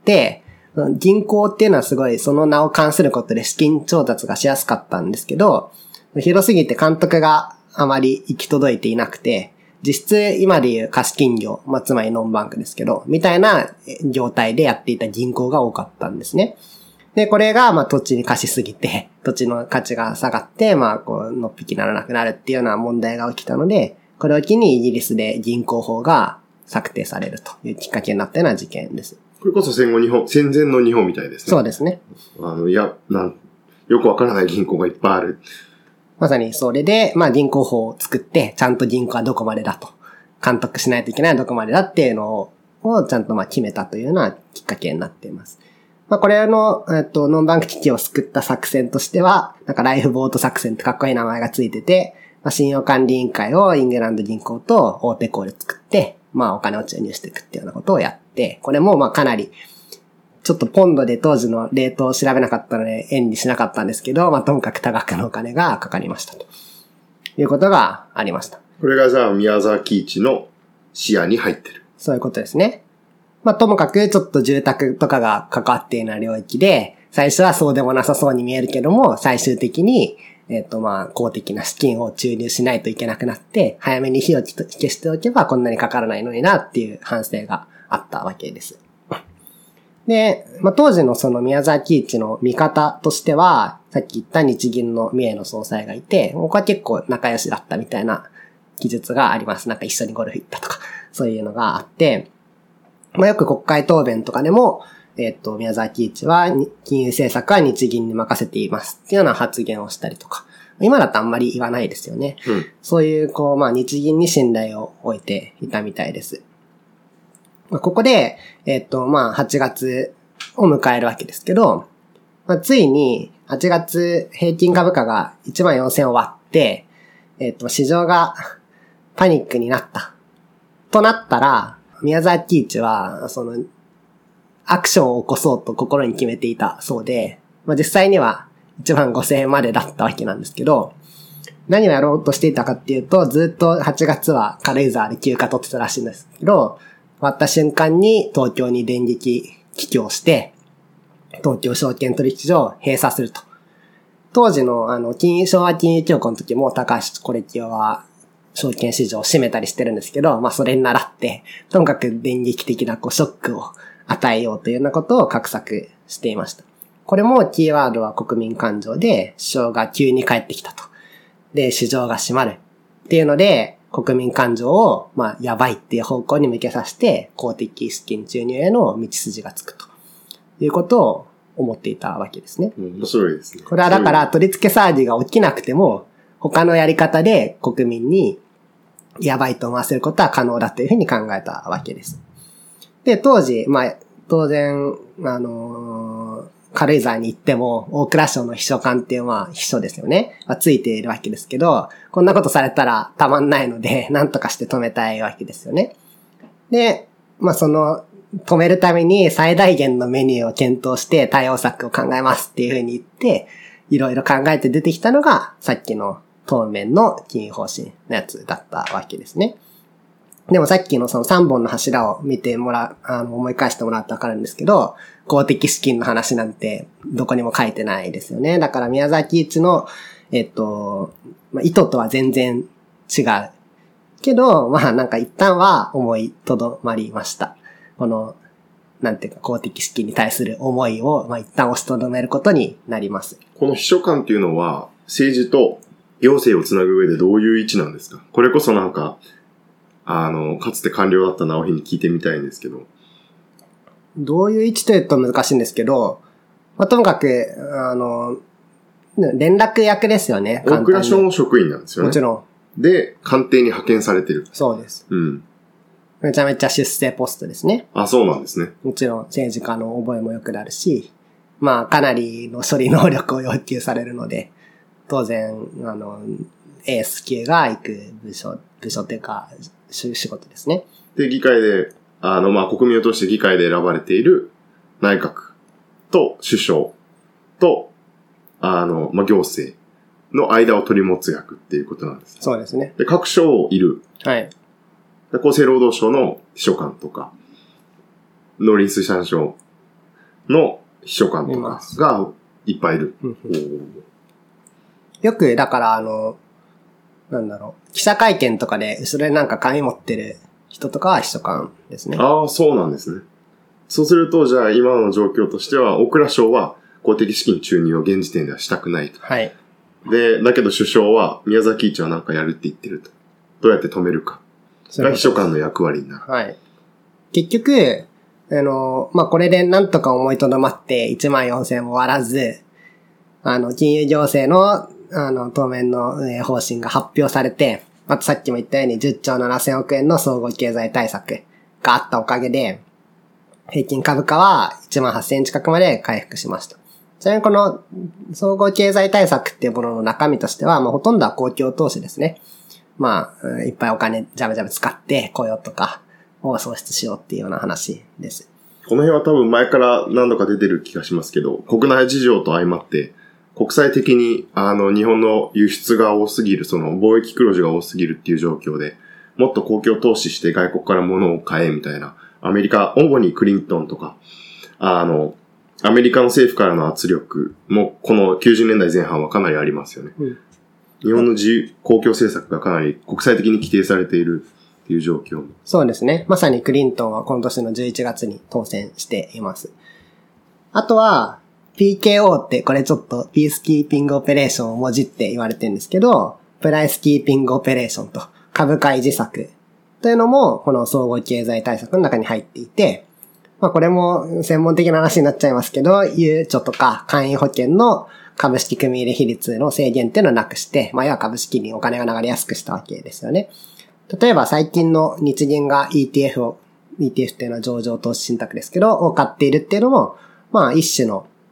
銀行っていうのはすごいその名を冠することで資金調達がしやすかったんですけど、広すぎて監督があまり行き届いていなくて、実質今でいう貸金業、つまりノンバンクですけど、みたいな業態でやっていた銀行が多かったんですね。で、これが、土地に貸しすぎて、土地の価値が下がって、のっぴきならなくなるっていうような問題が起きたので、これを機にイギリスで銀行法が策定されるというきっかけになったような事件です。 これこそ戦前の日本みたいですね。 そうですね。 よくわからない銀行がいっぱいある。 まさにそれで、銀行法を作って、ちゃんと銀行はどこまでだと、監督しないといけないどこまでだっていうのをちゃんと決めたというようなきっかけになっています。これの、ノンバンク危機を救った作戦としては、ライフボート作戦ってかっこいい名前がついてて、信用管理委員会をイングランド銀行と大手行で作って、お金を注入していくっていうようなことをやって、これもかなり、ちょっとポンドで当時のレートを調べなかったので円にしなかったんですけど、ともかく多額のお金がかかりましたということがありました。 これがじゃあ宮沢喜一の視野に入ってる。 そういうことですね。ともかくちょっと住宅とかが関わっているような領域で、最初はそうでもなさそうに見えるけども、最終的に、公的な資金を注入しないといけなくなって、早めに火を消しておけばこんなにかからないのになっていう反省があったわけです。で、当時のその宮沢喜一の見方としては、さっき言った日銀の三重の総裁がいて、僕は結構仲良しだったみたいな記述があります。一緒にゴルフ行ったとか、そういうのがあって、よく国会答弁とかでも、宮沢喜一は金融政策は日銀に任せていますっていうような発言をしたりとか、今だとあんまり言わないですよね。そういう、日銀に信頼を置いていたみたいです。ここで、8月を迎えるわけですけど、 ついに8月平均株価が14,000を割って、市場がパニックになった。となったら、宮沢喜一は、アクションを起こそうと心に決めていたそうで、実際には15,000円までだったわけなんですけど、何をやろうとしていたかっていうと、ずっと8月は軽井沢で休暇取ってたらしいんですけど、割った瞬間に東京に電撃帰郷して、東京証券取引所を閉鎖すると。当時の昭和金融恐慌の時も高橋コレキオは証券市場を閉めたりしてるんですけど、それに倣って、ともかく電撃的なショックを与えようというようなことを画策していました。これもキーワードは国民感情で、首相が急に帰ってきたと。で、市場が閉まる。っていうので、国民感情を、やばいっていう方向に向けさせて、公的資金注入への道筋がつくということを思っていたわけですね。 面白いですね。 これはだから取り付け騒ぎが起きなくても、他のやり方で国民にやばいと思わせることは可能だというふうに考えたわけです。で、当時、当然、軽井沢に行っても、大蔵省の秘書官っていう秘書ですよね。ついているわけですけど、こんなことされたらたまんないので、なんとかして止めたいわけですよね。で、止めるために最大限のメニューを検討して対応策を考えますっていうふうに言って、いろいろ考えて出てきたのが、さっきの当面の金融方針のやつだったわけですね。でもさっきの3本の柱を見て思い返してもらうとわかるんですけど、公的資金の話なんてどこにも書いてないですよね。だから宮沢喜一の、意図とは全然違う。けど、一旦は思いとどまりました。この、公的資金に対する思いを、一旦押しとどめることになります。 この秘書官っていうのは、政治と行政をつなぐ上でどういう位置なんですか？これこそかつて官僚だった直樹に聞いてみたいんですけど。 どういう位置というと難しいんですけど、ともかく、連絡役ですよね。 大蔵省の職員なんですよね。 もちろん。で、官邸に派遣されてる。 そうです。 うん。 めちゃめちゃ出世ポストですね。 あ、そうなんですね。 もちろん政治家の覚えも良くなるし、かなりの処理能力を要求されるので、当然、エース級が行く部署っていうか、仕事ですね。 で、議会で、国民を通して議会で選ばれている内閣と首相と、行政の間を取り持つ役っていうことなんです。 そうですね。 で、各省いる。 はい。 で、厚生労働省の秘書官とか、農林水産省の秘書官とかがいっぱいいる。 よく、だから、記者会見とかで、後ろで紙持ってる人とかは秘書官ですね。 ああ、そうなんですね。そうすると、じゃあ今の状況としては、大蔵省は公的資金注入を現時点ではしたくないと。 はい。 で、だけど首相は、宮沢喜一はやるって言ってると。どうやって止めるか。が秘書官の役割になる。 はい。結局、これでなんとか思いとどまって14,000も割らず、金融行政の当面の運営方針が発表されて、あとさっきも言ったように10兆7,000億円の総合経済対策があったおかげで、平均株価は18,000円近くまで回復しました。ちなみにこの総合経済対策っていうものの中身としては、ほとんどは公共投資ですね。いっぱいお金ジャブジャブ使って雇用とかを創出しようっていうような話です。 この辺は多分前から何度か出てる気がしますけど、国内事情と相まって、国際的に日本の輸出が多すぎる、貿易黒字が多すぎるっていう状況で、もっと公共投資して外国から物を買えみたいな、アメリカ、主にクリントンとか、アメリカの政府からの圧力もこの90年代前半はかなりありますよね。日本の公共政策がかなり国際的に規定されているっていう状況。 そうですね。まさにクリントンは今年の11月に当選しています。あとは、PKO ってこれちょっとピースキーピングオペレーションをもじって言われてるんですけど、プライスキーピングオペレーションと株価維持策というのもこの総合経済対策の中に入っていて、これも専門的な話になっちゃいますけど、ゆうちょとか簡易保険の株式組入比率の制限っていうのをなくして、要は株式にお金が流れやすくしたわけですよね。例えば最近の日銀が ETF っていうのは上場投資信託ですけど、を買っているっていうのも、一種の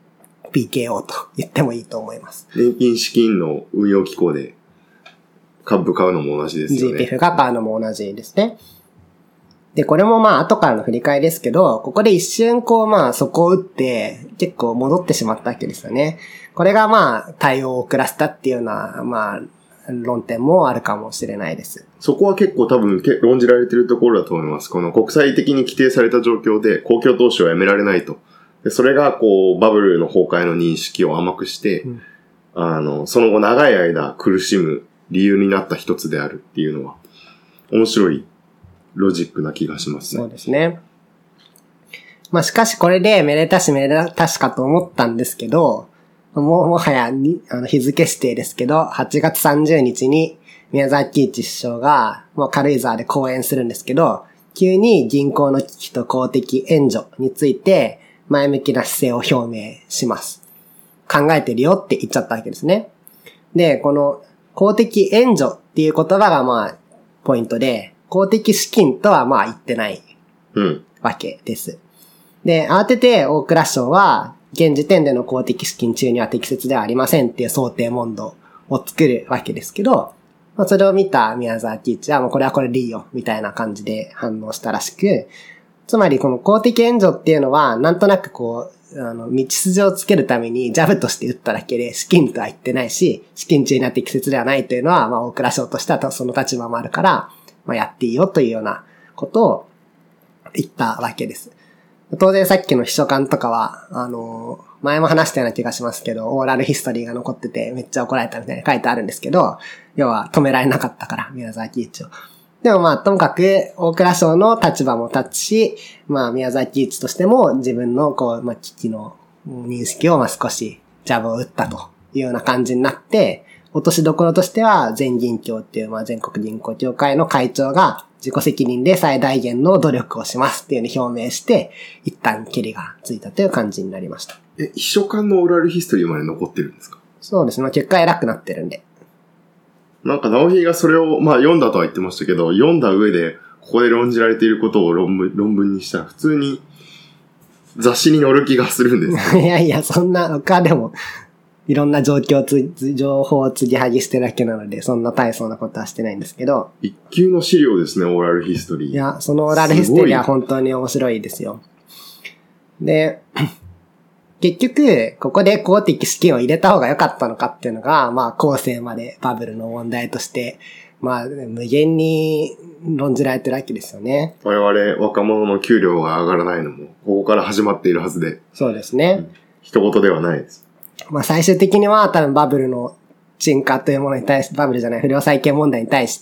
PKO と言ってもいいと思います。 年金資金の運用機構で株買うのも同じですよね。 GPF が買うのも同じですね。で、これもまあ後からの振り返りですけど、ここで一瞬まあそこを打って結構戻ってしまったわけですよね。これがまあ対応を遅らせたっていうようなまあ論点もあるかもしれないです。 そこは結構多分論じられているところだと思います。この国際的に規定された状況で公共投資をやめられないと。でそれがバブルの崩壊の認識を甘くして、その後長い間苦しむ理由になった一つであるっていうのは面白いロジックな気がしますね。 そうですね。まあしかしこれでめでたしめでたしかと思ったんですけど、もはや日付指定ですけど、8月30日に宮沢喜一首相がもう軽井沢で講演するんですけど、急に銀行の危機と公的援助について前向きな姿勢を表明します。考えてるよって言っちゃったわけですね。で、この公的援助っていう言葉がまあポイントで、公的資金とはまあ言ってないわけです。で、慌てて大蔵省は現時点での公的資金注入は適切ではありませんっていう想定問答を作るわけですけど、まあ、それを見た宮沢喜一はもうこれはこれでいいよみたいな感じで反応したらしく、つまりこの公的援助っていうのはなんとなく道筋をつけるためにジャブとして打っただけで資金とは言ってないし、資金注入は適切ではないというのはまあ大蔵省としてはその立場もあるから、まあやっていいよというようなことを言ったわけです。当然さっきの秘書官とかは、前も話したような気がしますけど、オーラルヒストリーが残っててめっちゃ怒られたみたいな書いてあるんですけど、要は止められなかったから、宮沢喜一を。でもまあ、ともかく、大蔵省の立場も立つし、まあ、宮沢喜一としても自分の危機の認識を少しジャブを打ったというような感じになって、落としどころとしては、全銀協っていう全国銀行協会の会長が自己責任で最大限の努力をしますっていうのを表明して、一旦ケリがついたという感じになりました。 秘書官のオーラルヒストリーまで残ってるんですか？ そうですね。まあ、結果偉くなってるんで。 なんか、直比がそれを、読んだとは言ってましたけど、読んだ上で、ここで論じられていることを論文にしたら、普通に雑誌に載る気がするんですいやいや、そんな、他でも、いろんな情報を継ぎはぎしてるだけなので、そんな大層なことはしてないんですけど。 一級の資料ですね、オーラルヒストリー。 いや、そのオーラルヒストリーは本当に面白いですよ。で、結局、ここで公的資金を入れた方が良かったのかっていうのが、まあ、後世までバブルの問題として、まあ、無限に論じられてるわけですよね。 我々若者の給料が上がらないのも、ここから始まっているはずで。 そうですね。 一言ではないです。 まあ、最終的には多分バブルの沈下というものに対して、バブルじゃない、不良債権問題に対して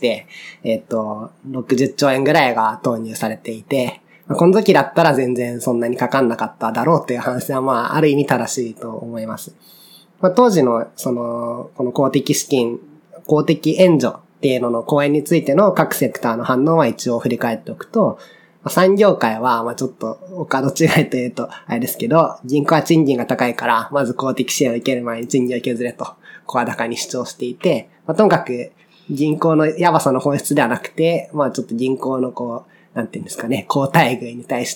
、60兆円ぐらいが投入されていて、この時だったら全然そんなにかかんなかっただろうという話はまあ、ある意味正しいと思います。まあ、当時の、この公的資金、公的援助っていうのの講演についての各セクターの反応は一応振り返っておくと、産業界は、ちょっと、お門違いというと、あれですけど、銀行は賃金が高いから、まず公的支援を受ける前に賃金を削れと、声高に主張していて、ともかく、銀行のやばさの本質ではなくて、ちょっと銀行のなんていうんですかね、好待遇に対して、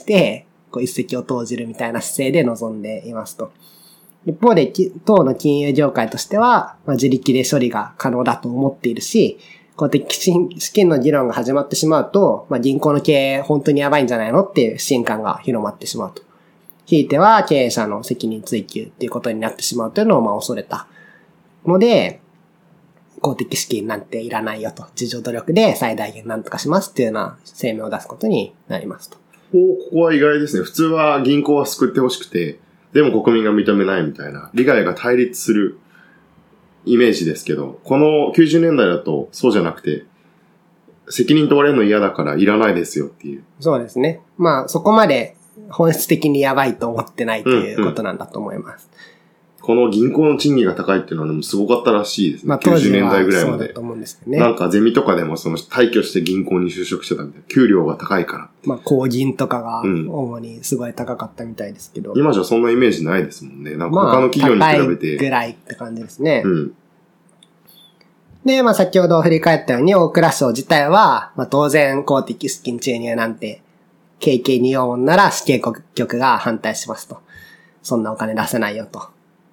一石を投じるみたいな姿勢で臨んでいますと。一方で、当の金融業界としては、自力で処理が可能だと思っているし、公的資金の議論が始まってしまうと、銀行の経営本当にやばいんじゃないのっていう不信感が広まってしまうと。ひいては経営者の責任追及っていうことになってしまうというのを恐れたので、公的資金なんていらないよと、自助努力で最大限なんとかしますっていうような声明を出すことになりますと。 ここは意外ですね。普通は銀行は救ってほしくて、でも国民が認めないみたいな、利害が対立するイメージですけど、この90年代だとそうじゃなくて、責任問われるの嫌だからいらないですよっていう。 そうですね。そこまで本質的にやばいと思ってないということなんだと思います。 この銀行の賃金が高いっていうのはでもすごかったらしいですね。 当時は 90年代ぐらいまで。 そうだと思うんですよね。 なんかゼミとかでも退去して銀行に就職してたみたいな。給料が高いから。 公銀とかが主にすごい高かったみたいですけど。 今じゃそんなイメージないですもんね。なんか他の企業に比べて。 高いぐらいって感じですね。で、先ほど振り返ったように、大蔵省自体は、当然公的資金注入なんて、軽々に言おうもんなら死刑局が反対しますと。そんなお金出せないよと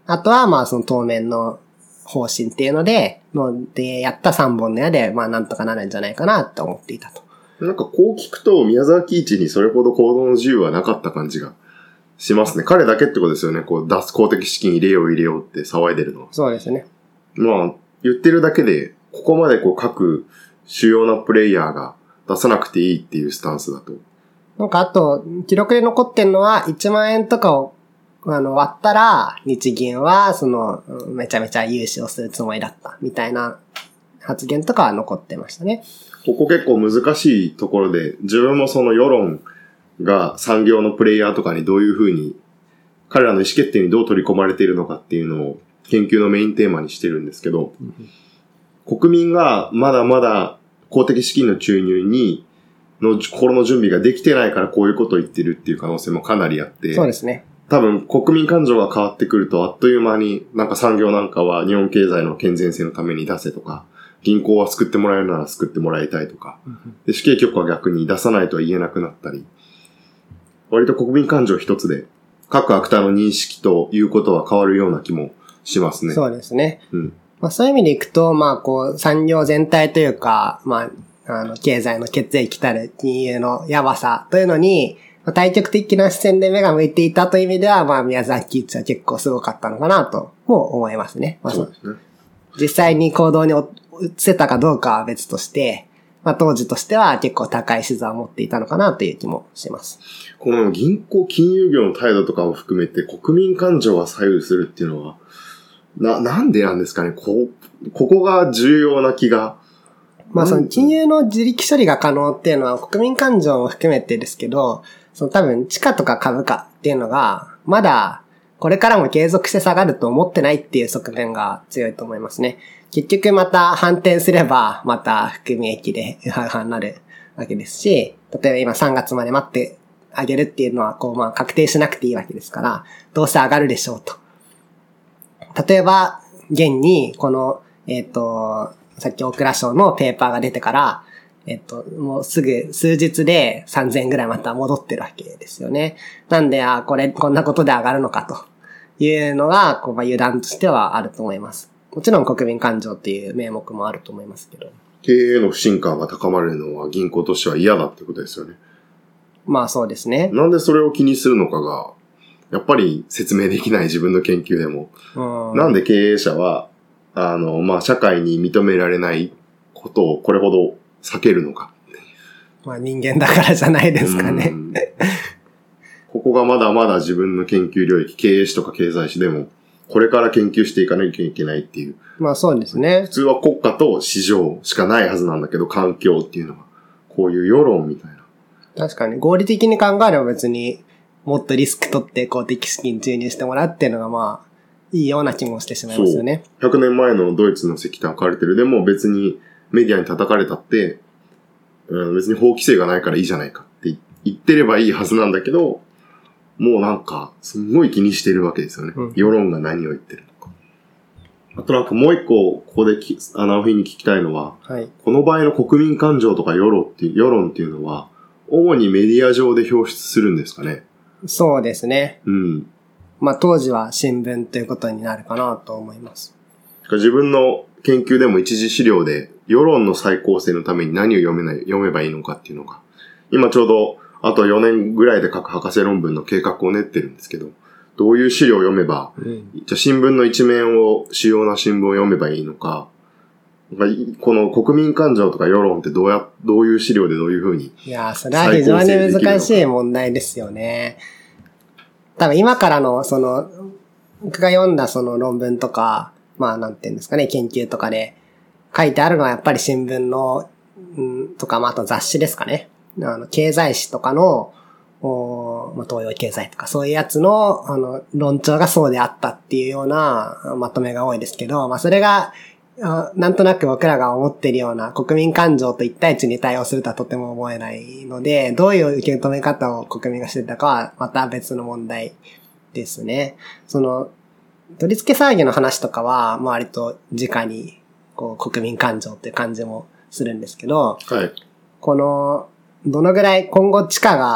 あとはまあその当面の方針っていうので、やった3本の矢で、まあなんとかなるんじゃないかなって思っていたと。 なんかこう聞くと、宮沢喜一にそれほど行動の自由はなかった感じがしますね。彼だけってことですよね。こう公的資金入れようって騒いでるのは。 そうですね。 まあ、言ってるだけで、ここまでこう各主要なプレイヤーが出さなくていいっていうスタンスだと。 なんかあと、記録で残ってんのは、1万円とかを、割ったら、日銀は、めちゃめちゃ融資をするつもりだった、みたいな発言とかは残ってましたね。 ここ結構難しいところで、自分もその世論が産業のプレイヤーとかにどういうふうに、彼らの意思決定にどう取り込まれているのかっていうのを研究のメインテーマにしてるんですけど、国民がまだまだ公的資金の注入の心の準備ができてないからこういうことを言ってるっていう可能性もかなりあって、 そうですね。 多分国民感情が変わってくるとあっという間になんか産業なんかは日本経済の健全性のために出せとか、銀行は救ってもらえるなら救ってもらいたいとか、で死刑局は逆に出さないとは言えなくなったり、割と国民感情一つで各アクターの認識ということは変わるような気もしますね。 そうですね。 うん。 まあそういう意味でいくと、まあこう産業全体というか、まあ経済の血液たる金融のやばさというのに、対極的な視線で目が向いていたという意味では、まあ宮沢喜一は結構すごかったのかなとも思いますね。まあ、 そうですね。 実際に行動に移せたかどうかは別として、まあ当時としては結構高い視座を持っていたのかなという気もします。 この銀行金融業の態度とかも含めて国民感情が左右するっていうのは、なんでなんですかね。ここが重要な気が。 まあその金融の自力処理が可能っていうのは国民感情も含めてですけど、多分地価とか株価っていうのがまだこれからも継続して下がると思ってないっていう側面が強いと思いますね。結局また反転すればまた含み益でなるわけですし、例えば今3月まで待ってあげるっていうのはこうまあ確定しなくていいわけですから、どうせ上がるでしょうと。例えば現にこのさっき大蔵省のペーパーが出てから、もうすぐ数日で3000円ぐらいまた戻ってるわけですよね。なんで、こんなことで上がるのかというのが、まあ、油断としてはあると思います。もちろん国民感情っていう名目もあると思いますけど。 経営の不信感が高まるのは銀行としては嫌だってことですよね。 まあそうですね。 なんでそれを気にするのかが、やっぱり説明できない自分の研究でも。なんで経営者は、まあ社会に認められないことをこれほど避けるのか。 まあ人間だからじゃないですかね。 ここがまだまだ自分の研究領域、経営史とか経済史でも、これから研究していかなきゃいけないっていう。 まあそうですね。 普通は国家と市場しかないはずなんだけど、環境っていうのは、こういう世論みたいな。 確かに合理的に考えれば別にもっとリスク取って公的資金注入してもらうっていうのがまあ、いいような気もしてしまいますよね。 そう。100年前のドイツの石炭カルテルでも別にメディアに叩かれたって、別に法規制がないからいいじゃないかって言ってればいいはずなんだけど、もうなんか、すんごい気にしてるわけですよね。世論が何を言ってるのか。あとなんかもう一個、ここで直美に聞きたいのは、 はい、 この場合の国民感情とか世論っていうのは、主にメディア上で表出するんですかね。 そうですね。 うん。 まあ当時は新聞ということになるかなと思います。 自分の研究でも一次資料で世論の再構成のために何を読めばいいのかっていうのが、今ちょうどあと4年ぐらいで書く博士論文の計画を練ってるんですけど、どういう資料を読めば、じゃあ新聞の一面を、主要な新聞を読めばいいのか、この国民感情とか世論ってどういう資料でどういうふうに。 いやー、それは非常に難しい問題ですよね。多分今からの僕が読んだその論文とか、まあなんていうんですかね、研究とかで書いてあるのはやっぱり新聞の、とか、まああと雑誌ですかね。経済誌とかの、まあ、東洋経済とかそういうやつの、論調がそうであったっていうようなまとめが多いですけど、まあそれが、なんとなく僕らが思っているような国民感情と一対一に対応するとはとても思えないので、どういう受け止め方を国民がしてたかはまた別の問題ですね。取り付け騒ぎの話とかは、割と直に、国民感情っていう感じもするんですけど、 はい。 どのぐらい今後地価が、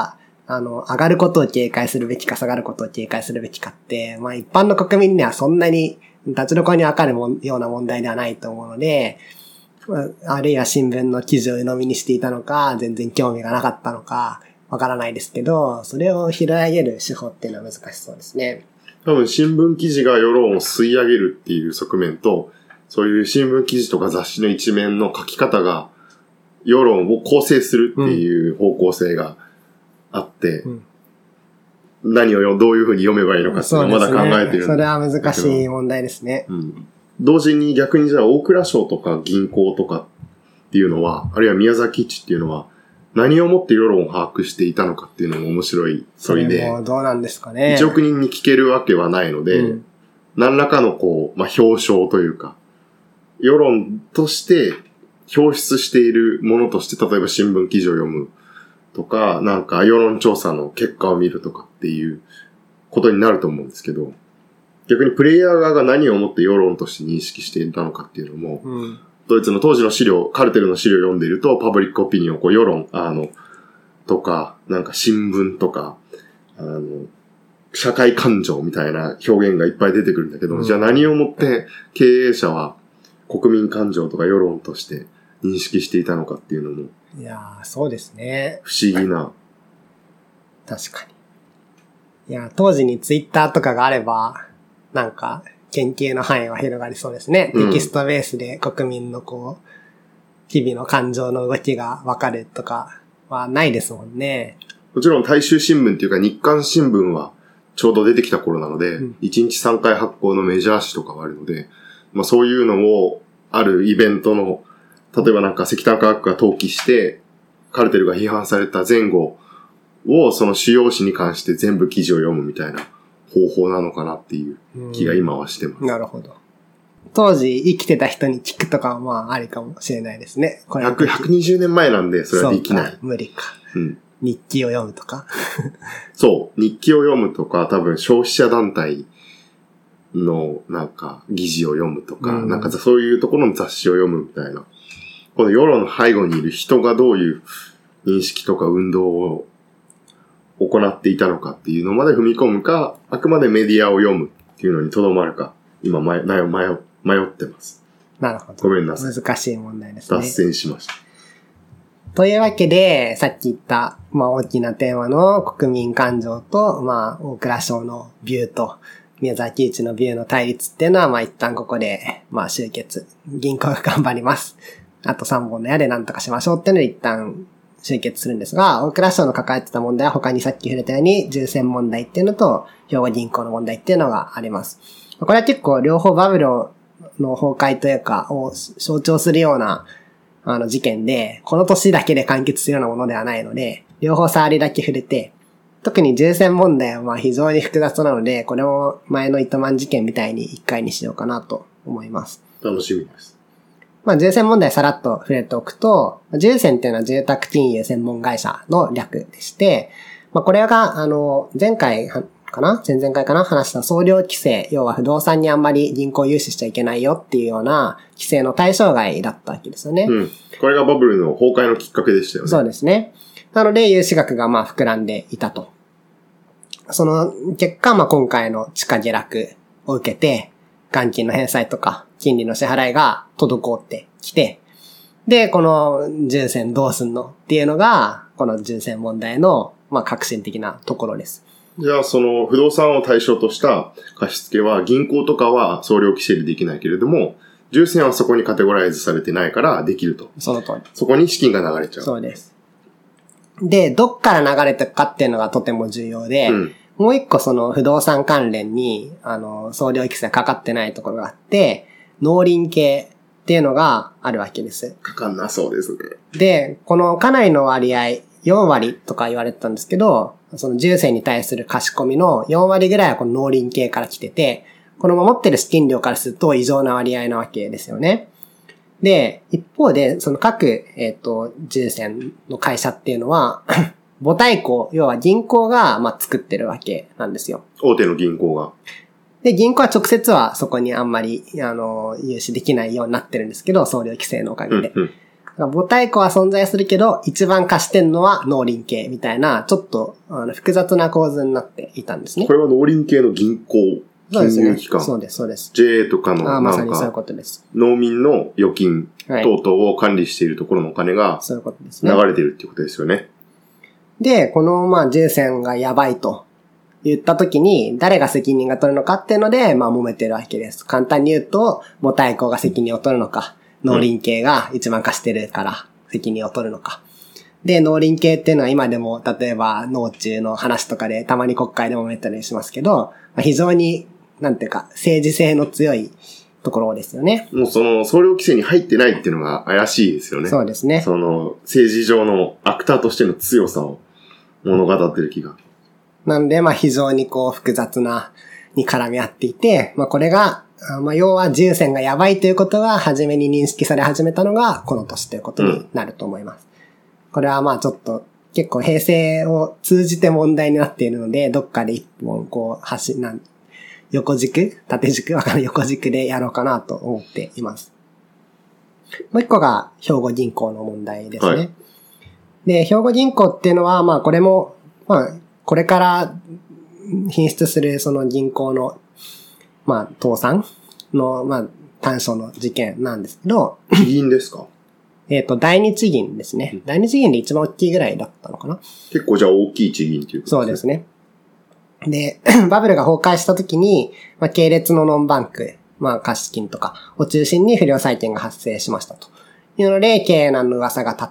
上がることを警戒するべきか下がることを警戒するべきかって、まあ一般の国民にはそんなに立ちどころにわかるような問題ではないと思うので、あるいは新聞の記事を鵜呑みにしていたのか、全然興味がなかったのか、わからないですけど、それを拾い上げる手法っていうのは難しそうですね。 多分新聞記事が世論を吸い上げるっていう側面と、そういう新聞記事とか雑誌の一面の書き方が世論を構成するっていう方向性があって、何をどういうふうに読めばいいのかっていうのをまだ考えてるんだけど。 それは難しい問題ですね。 同時に逆にじゃあ大蔵省とか銀行とかっていうのは、あるいは宮崎基地っていうのは、何をもって世論を把握していたのかっていうのも面白い問いで。 それもどうなんですかね。 1億人に聞けるわけはないので、何らかの表彰というか、世論として表出しているものとして、例えば新聞記事を読むとか、なんか世論調査の結果を見るとかっていうことになると思うんですけど、逆にプレイヤー側が何をもって世論として認識していたのかっていうのも、ドイツの当時の資料、カルテルの資料を読んでいると、パブリックオピニオン、世論、とか、なんか新聞とか、社会感情みたいな表現がいっぱい出てくるんだけど、じゃあ何をもって経営者は国民感情とか世論として認識していたのかっていうのも。 いやー、そうですね。 不思議な。 確かに。いや、当時にツイッターとかがあれば、なんか、研究の範囲は広がりそうですね。テキストベースで国民の日々の感情の動きがわかるとかはないですもんね。 もちろん大衆新聞っていうか日刊新聞はちょうど出てきた頃なので、1日3回発行のメジャー誌とかはあるので、まあそういうのをあるイベントの、例えばなんか石炭価格が投機して、カルテルが批判された前後をその主要紙に関して全部記事を読むみたいな方法なのかなっていう気が今はしてます。 なるほど。当時生きてた人に聞くとかはまあありかもしれないですね。 これ120年前なんでそれはできない。 無理か。日記を読むとか。 そう。日記を読むとか、多分消費者団体のなんか議事を読むとか、なんかそういうところの雑誌を読むみたいな。この世論の背後にいる人がどういう認識とか運動を行っていたのかっていうのまで踏み込むか、あくまでメディアを読むっていうのにとどまるか、今迷ってます。 なるほど。 ごめんなさい。 難しい問題ですね。 脱線しました。 というわけで、さっき言った、まあ大きなテーマの国民感情と、まあ大蔵省のビューと、宮崎一のビューの対立っていうのは、まあ一旦ここで、まあ終結。銀行が頑張ります。あと3本の矢で何とかしましょうっていうので一旦終結するんですが、大蔵省の抱えてた問題は他にさっき触れたように、重戦問題っていうのと、兵庫銀行の問題っていうのがあります。これは結構両方バブルの崩壊というか、を象徴するような、事件で、この年だけで完結するようなものではないので、両方触りだけ触れて、特に重戦問題はまあ非常に複雑なので、これも前の糸満事件みたいに一回にしようかなと思います。 楽しみです。 まあ重戦問題さらっと触れておくと、重戦っていうのは住宅金融専門会社の略でして、まあこれが前回前々回かな話した総量規制、要は不動産にあんまり銀行融資しちゃいけないよっていうような規制の対象外だったわけですよね。 これがバブルの崩壊のきっかけでしたよね。 そうですね。なので融資額がまあ膨らんでいたと。その結果、まあ今回の地価下落を受けて、元金の返済とか金利の支払いが滞ってきて、で、この重戦どうすんのっていうのが、この重戦問題のまあ革新的なところです。 じゃあその不動産を対象とした貸付は銀行とかは総量規制でできないけれども、重戦はそこにカテゴライズされてないからできると。 その通り。 そこに資金が流れちゃう。 そうです。で、どっから流れてくかっていうのがとても重要で、もう一個その不動産関連に、総量規制かかってないところがあって、農林系っていうのがあるわけです。 かかんなそうですね。 で、このかなりの割合、4割とか言われてたんですけど、その重戦に対する貸し込みの4割ぐらいはこの農林系から来てて、この持ってる資金量からすると異常な割合なわけですよね。で、一方で、その各、重戦の会社っていうのは、母体行、要は銀行が、まあ、作ってるわけなんですよ。 大手の銀行が。 で、銀行は直接はそこにあんまり、融資できないようになってるんですけど、総量規制のおかげで。 母体庫は存在するけど、一番貸してんのは農林系みたいな、ちょっと複雑な構図になっていたんですね。 これは農林系の銀行、金融機関。 そうです、そうです。 JA とかのまさにそういうことです。 農民の預金等々を管理しているところのお金がそういうことですね。 流れているっていうことですよね。 で、この重線がやばいと言った時に、誰が責任が取るのかっていうので、揉めてるわけです。簡単に言うと、母体庫が責任を取るのか、農林系が一番貸してるから責任を取るのか。で、農林系っていうのは今でも、例えば農中の話とかでたまに国会でもめたりしますけど、非常に、なんていうか、政治性の強いところですよね。 もうその総量規制に入ってないっていうのが怪しいですよね。 そうですね。 その政治上のアクターとしての強さを物語ってる気が。 なんで、非常に複雑に絡み合っていて、これが、要は重線がやばいということが初めに認識され始めたのがこの年ということになると思います。これはちょっと結構平成を通じて問題になっているので、どっかで一本横軸縦軸わかんない横軸でやろうかなと思っています。もう一個が兵庫銀行の問題ですね。はい、で、兵庫銀行っていうのは、これも、これから品質するその銀行の倒産の、短所の事件なんですけど。 地銀ですか？ 第二地銀ですね。第二地銀で一番大きいぐらいだったのかな。 結構じゃあ大きい地銀っていうことですね。そうですね。で、バブルが崩壊した時に、系列のノンバンク、貸金とかを中心に不良債権が発生しましたというので、経営難の噂が立って、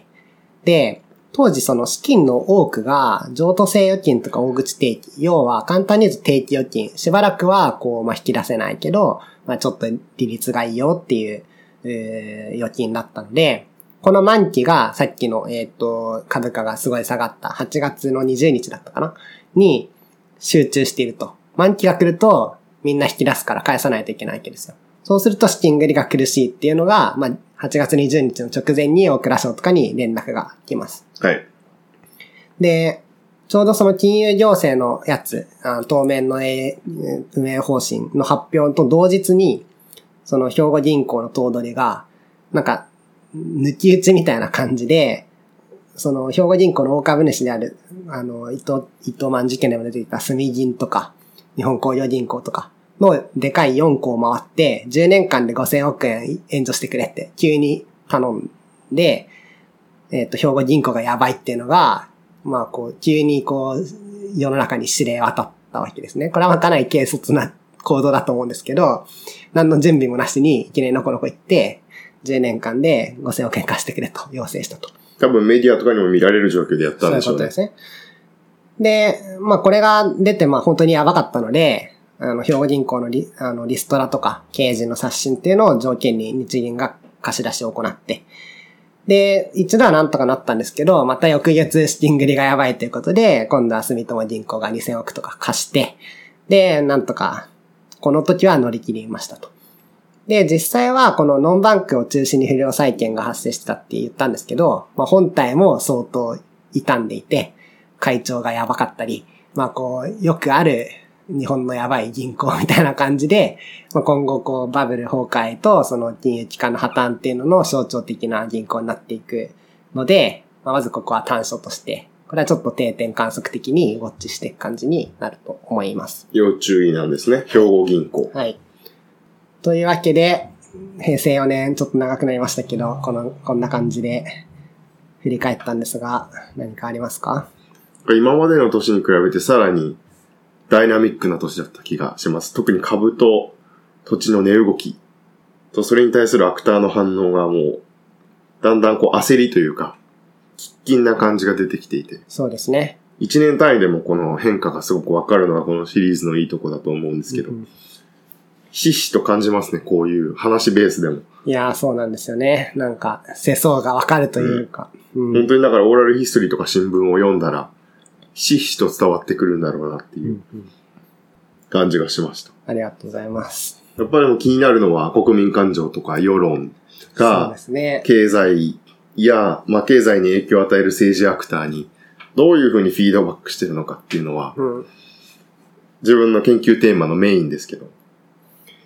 で、当時その資金の多くが譲渡性預金とか大口定期、要は簡単に言うと定期預金、しばらくは引き出せないけど、ちょっと利率がいいよっていう、預金だったので、この満期がさっきの株価がすごい下がった8月の20日だったかなに集中していると。満期が来るとみんな引き出すから返さないといけないわけですよ。そうすると資金繰りが苦しいっていうのが、8月20日の直前に大蔵省とかに連絡が来ます。 はい。 で、ちょうどその金融行政のやつ、当面の運営方針の発表と同日に、その兵庫銀行の頭取が、抜き打ちみたいな感じで、その兵庫銀行の大株主である、伊藤満事件でも出てきた住銀とか、日本工業銀行とかのでかい4行を回って、10年間で5000億円援助してくれって急に頼んで、兵庫銀行がやばいっていうのが、急に世の中に指令を渡ったわけですね。これはかなり軽率な行動だと思うんですけど、何の準備もなしにいきなりのこのこ行って、10年間で5000億円貸してくれと要請したと。 多分メディアとかにも見られる状況でやったんでしょうね。 そういうことですね。で、これが出て本当にやばかったので、兵庫銀行のリストラとか経営陣の刷新っていうのを条件に日銀が貸し出しを行って、で、一度はなんとかなったんですけど、また翌月資金繰りがやばいということで、今度は住友銀行が2000億とか貸して、で、なんとか、この時は乗り切りましたと。で、実際はこのノンバンクを中心に不良債権が発生してたって言ったんですけど、本体も相当傷んでいて、会長がやばかったり、よくある日本のやばい銀行みたいな感じで、今後バブル崩壊とその金融機関の破綻っていうのの象徴的な銀行になっていくので、まずここは短所として、これはちょっと定点観測的にウォッチしていく感じになると思います。 要注意なんですね。兵庫銀行。 はい。というわけで、平成4年ちょっと長くなりましたけど、こんな感じで振り返ったんですが、何かありますか？ 今までの年に比べてさらにダイナミックな年だった気がします。特に株と土地の値動きと、それに対するアクターの反応がもう、だんだん焦りというか、喫緊な感じが出てきていて。 そうですね。 1年単位でもこの変化がすごくわかるのがこのシリーズのいいとこだと思うんですけど、ひしひしと感じますね、こういう話ベースでも。 いやー、そうなんですよね。世相がわかるというか。 本当にだからオーラルヒストリーとか新聞を読んだら、ひしひしと伝わってくるんだろうなっていう感じがしました。 ありがとうございます。 やっぱりもう気になるのは国民感情とか世論が、経済や、経済に影響を与える政治アクターにどういうふうにフィードバックしてるのかっていうのは、自分の研究テーマのメインですけど。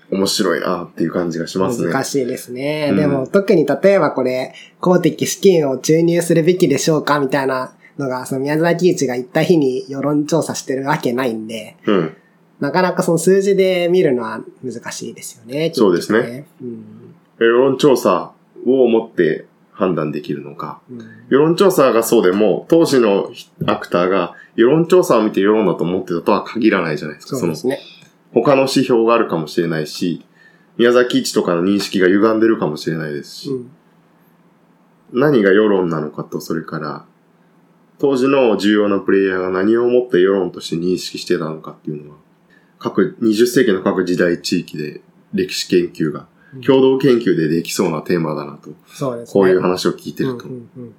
面白いなっていう感じがしますね。 難しいですね。でも特に例えばこれ、公的資金を注入するべきでしょうかみたいなのが、その宮崎一が言った日に世論調査してるわけないんで、なかなかその数字で見るのは難しいですよね。 そうですね。世論調査をもって判断できるのか。世論調査がそうでも、当時のアクターが世論調査を見て世論だと思ってたとは限らないじゃないですか。 そうですね。 他の指標があるかもしれないし、宮崎一とかの認識が歪んでるかもしれないですし、何が世論なのかと、それから、当時の重要なプレイヤーが何をもって世論として認識してたのかっていうのは、20世紀の各時代地域で歴史研究が、共同研究でできそうなテーマだなと。 そうですね。 こういう話を聞いてると。 確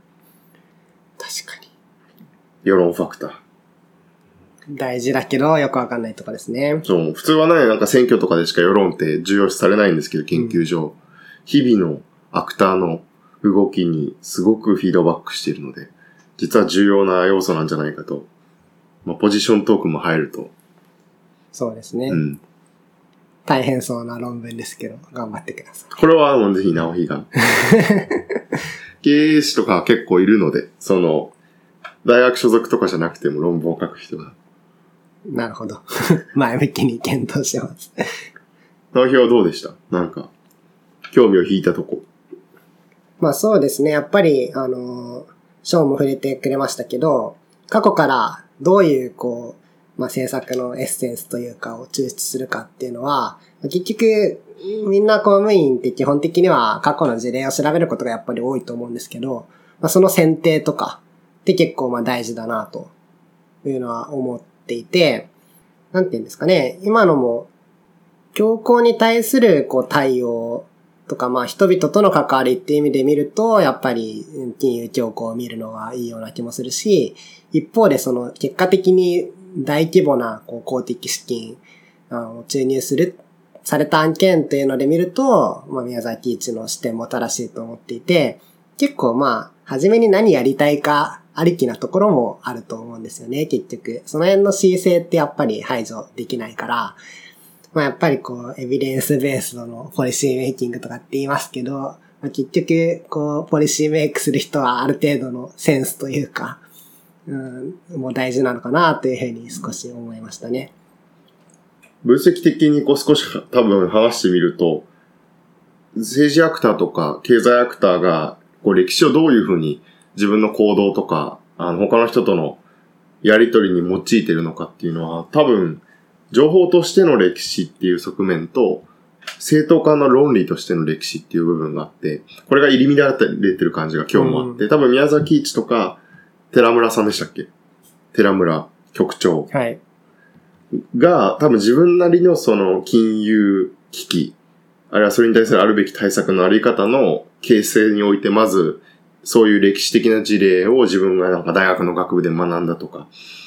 かに。 世論ファクター。 大事だけど、よくわかんないとかですね。 そう、普通はね、なんか選挙とかでしか世論って重要視されないんですけど、研究上。日々のアクターの動きにすごくフィードバックしているので、実は重要な要素なんじゃないかと。ポジショントークも入ると。 そうですね。大変そうな論文ですけど、頑張ってください。 これはもうぜひ直比が。経営士とか結構いるので、大学所属とかじゃなくても論文を書く人が。 なるほど。前向きに検討してます。 直比はどうでした？なんか、興味を引いたとこ。 そうですね。やっぱり、ショーも触れてくれましたけど、過去からどういう、政策のエッセンスというかを抽出するかっていうのは、結局、みんな公務員って基本的には過去の事例を調べることがやっぱり多いと思うんですけど、その選定とかって結構大事だなというのは思っていて、なんていうんですかね、今のも、教皇に対する対応とか、人々との関わりっていう意味で見ると、やっぱり金融教皇を見るのがいいような気もするし、一方で結果的に大規模な公的資金を注入された案件というので見ると、宮崎一の視点も正しいと思っていて、結構初めに何やりたいかありきなところもあると思うんですよね、結局。その辺の恣意性ってやっぱり排除できないから、やっぱりエビデンスベースのポリシーメイキングとかって言いますけど、結局、ポリシーメイクする人はある程度のセンスというか、もう大事なのかなというふうに少し思いましたね。 分析的に少し多分話してみると、政治アクターとか経済アクターが歴史をどういうふうに自分の行動とか、他の人とのやりとりに用いているのかっていうのは、多分、情報としての歴史っていう側面と、正当化の論理としての歴史っていう部分があって、これが入り乱れてる感じが今日もあって、多分宮崎一とか、寺村さんでしたっけ？寺村局長。 はい。 が、多分自分なりの金融危機、あるいはそれに対するあるべき対策のあり方の形成において、まず、そういう歴史的な事例を自分が大学の学部で学んだとか、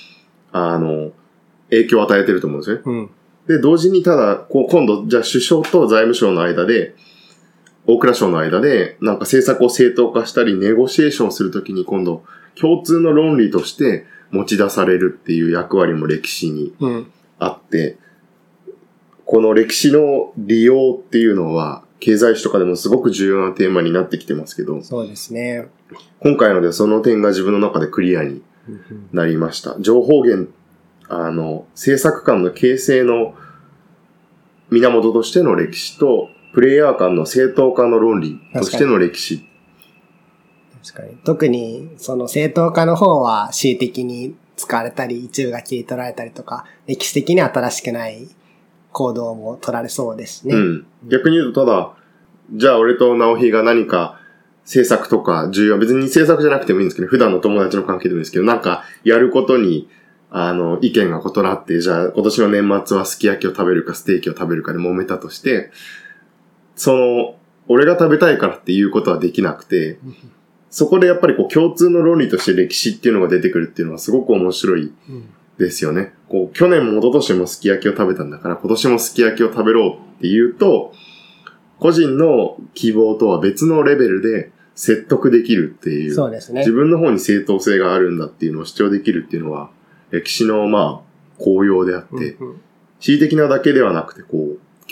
影響を与えてると思うんですね。で、同時にただ、今度、じゃあ首相と財務省の間で、大蔵省の間で、政策を正当化したり、ネゴシエーションするときに今度、共通の論理として持ち出されるっていう役割も歴史にあって、この歴史の利用っていうのは、経済史とかでもすごく重要なテーマになってきてますけど、 そうですね。 今回のでその点が自分の中でクリアになりました。情報源、政策間の形成の源としての歴史と、プレイヤー間の正当化の論理としての歴史。 確かに。特に、正当化の方は恣意的に使われたり、一部が切り取られたりとか、歴史的に新しくない行動も取られそうですね。 逆に言うと、ただ、じゃあ俺と直比が何か政策とか重要、別に政策じゃなくてもいいんですけど、普段の友達の関係でもいいんですけど、やることに、意見が異なって、じゃあ今年の年末はすき焼きを食べるかステーキを食べるかで揉めたとして、俺が食べたいからっていうことはできなくて、そこでやっぱり共通の論理として歴史っていうのが出てくるっていうのはすごく面白いですよね。去年も一昨年もすき焼きを食べたんだから、今年もすき焼きを食べろっていうと、個人の希望とは別のレベルで説得できるっていう。 そうですね。 自分の方に正当性があるんだっていうのを主張できるっていうのは、歴史の効用であって、恣意的なだけではなくて、共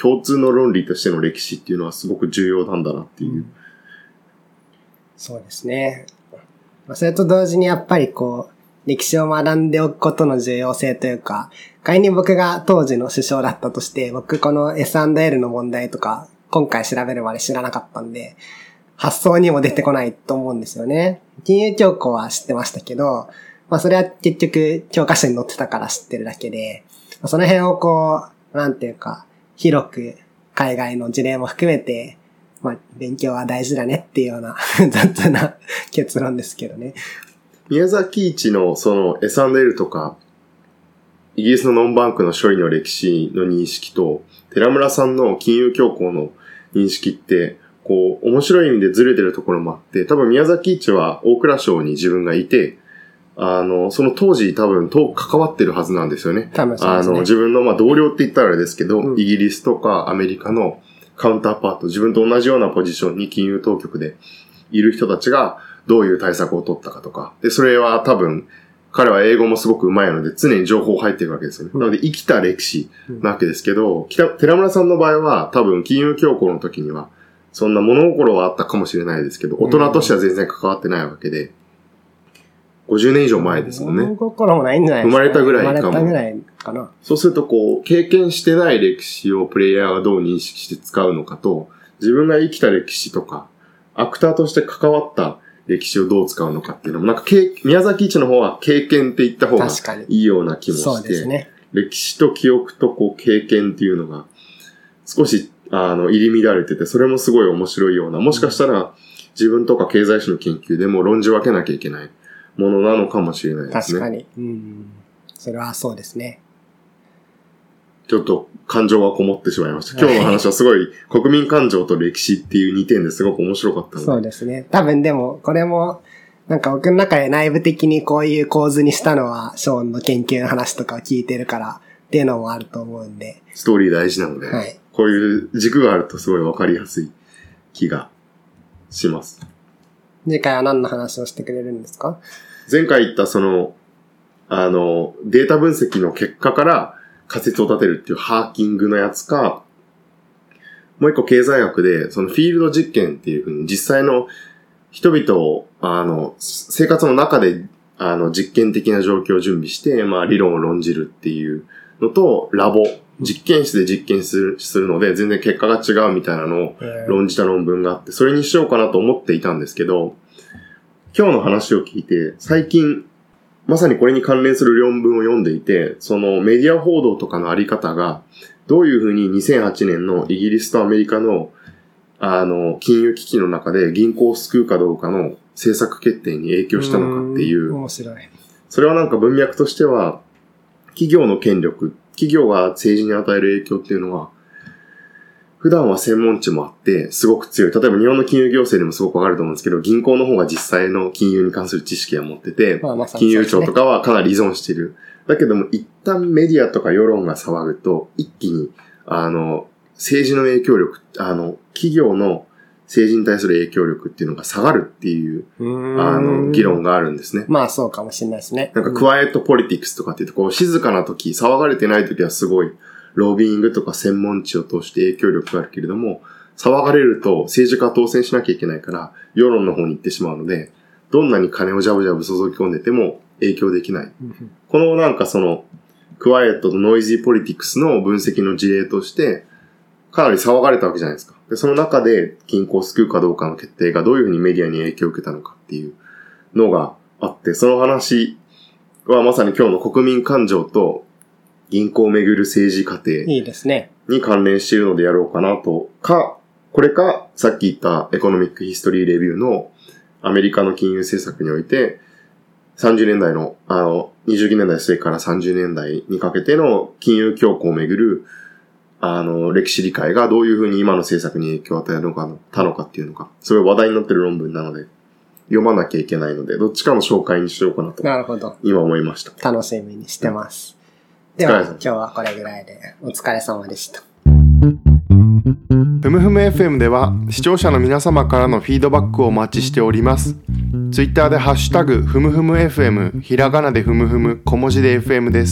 共通の論理としての歴史っていうのはすごく重要なんだなっていう。 そうですね。それと同時にやっぱり歴史を学んでおくことの重要性というか、仮に僕が当時の首相だったとして、僕この S&L の問題とか、今回調べるまで知らなかったんで、発想にも出てこないと思うんですよね。金融恐慌は知ってましたけど、それは結局教科書に載ってたから知ってるだけで、その辺をなんていうか、広く海外の事例も含めて、勉強は大事だねっていうような雑な結論ですけどね。 宮崎一のその S&L とか、イギリスのノンバンクの処理の歴史の認識と、寺村さんの金融恐慌の認識って、面白い意味でずれてるところもあって、多分宮崎一は大蔵省に自分がいて、その当時多分関わってるはずなんですよね。 多分そうですね。 自分の同僚って言ったらあれですけど、イギリスとかアメリカのカウンターパート、自分と同じようなポジションに金融当局でいる人たちがどういう対策を取ったかとか。で、それは多分、彼は英語もすごく上手いので常に情報入ってるわけですよね。なので生きた歴史なわけですけど、寺村さんの場合は多分金融恐慌の時にはそんな物心はあったかもしれないですけど、大人としては全然関わってないわけで、50年以上前ですもんね。 物心もないんじゃないですか。 生まれたぐらいかも。 生まれたぐらいかな。 そうすると経験してない歴史をプレイヤーがどう認識して使うのかと、自分が生きた歴史とか、アクターとして関わった歴史をどう使うのかっていうのも、宮崎一の方は経験って言った方がいいような気もして、 そうですね。 歴史と記憶と経験っていうのが少し入り乱れてて、それもすごい面白いような、もしかしたら自分とか経済史の研究でも論じ分けなきゃいけないものなのかもしれないですね。 確かに。それはそうですね。 ちょっと感情がこもってしまいました。今日の話はすごい国民感情と歴史っていう2点ですごく面白かったので。 そうですね。多分でも、これも、僕の中で内部的にこういう構図にしたのは、ショーンの研究の話とかを聞いてるからっていうのもあると思うんで。 ストーリー大事なので、はい、こういう軸があるとすごいわかりやすい気がします。 次回は何の話をしてくれるんですか？ 前回言ったデータ分析の結果から仮説を立てるっていうハーキングのやつか、もう一個経済学で、そのフィールド実験っていう風に実際の人々を、生活の中で、実験的な状況を準備して、理論を論じるっていうのと、ラボ、実験室で実験するので、全然結果が違うみたいなのを論じた論文があって、それにしようかなと思っていたんですけど、今日の話を聞いて、最近、まさにこれに関連する論文を読んでいて、そのメディア報道とかのあり方が、どういうふうに2008年のイギリスとアメリカの、金融危機の中で銀行を救うかどうかの政策決定に影響したのかっていう。 面白い。 それは文脈としては、企業の権力、企業が政治に与える影響っていうのは、普段は専門知もあって、すごく強い。例えば日本の金融行政でもすごくわかると思うんですけど、銀行の方が実際の金融に関する知識を持ってて、金融庁とかはかなり依存している。だけども、一旦メディアとか世論が騒ぐと、一気に、政治の影響力、企業の政治に対する影響力っていうのが下がるっていう、議論があるんですね。 そうかもしれないですね。 クワイエットポリティクスとかって言って、静かな時、騒がれてない時はすごい、ロビーイングとか専門知を通して影響力があるけれども、騒がれると政治家は当選しなきゃいけないから、世論の方に行ってしまうので、どんなに金をジャブジャブ注ぎ込んでても影響できない。このクワイエットとノイズーポリティクスの分析の事例として、かなり騒がれたわけじゃないですか。で、その中で銀行を救うかどうかの決定がどういうふうにメディアに影響を受けたのかっていうのがあって、その話はまさに今日の国民感情と銀行をめぐる政治過程に関連しているのでやろうかなと。これか、さっき言ったエコノミックヒストリーレビューのアメリカの金融政策において、30年代の、20年代末から30年代にかけての金融恐慌をめぐる、歴史理解がどういうふうに今の政策に影響を与えたのかっていうのが、それ話題になっている論文なので、読まなきゃいけないので、どっちかの紹介にしようかなと。 なるほど。 今思いました。 楽しみにしてます。では、今日はこれぐらいでお疲れ様でした。 ふむふむ FM では視聴者の皆様からのフィードバックをお待ちしております。ツイッターでハッシュタグふむふむ FM、ひらがなでふむふむ、小文字で FM です。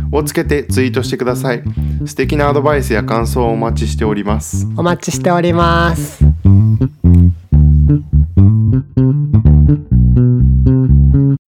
をつけてツイートしてください。素敵なアドバイスや感想をお待ちしております。 お待ちしております。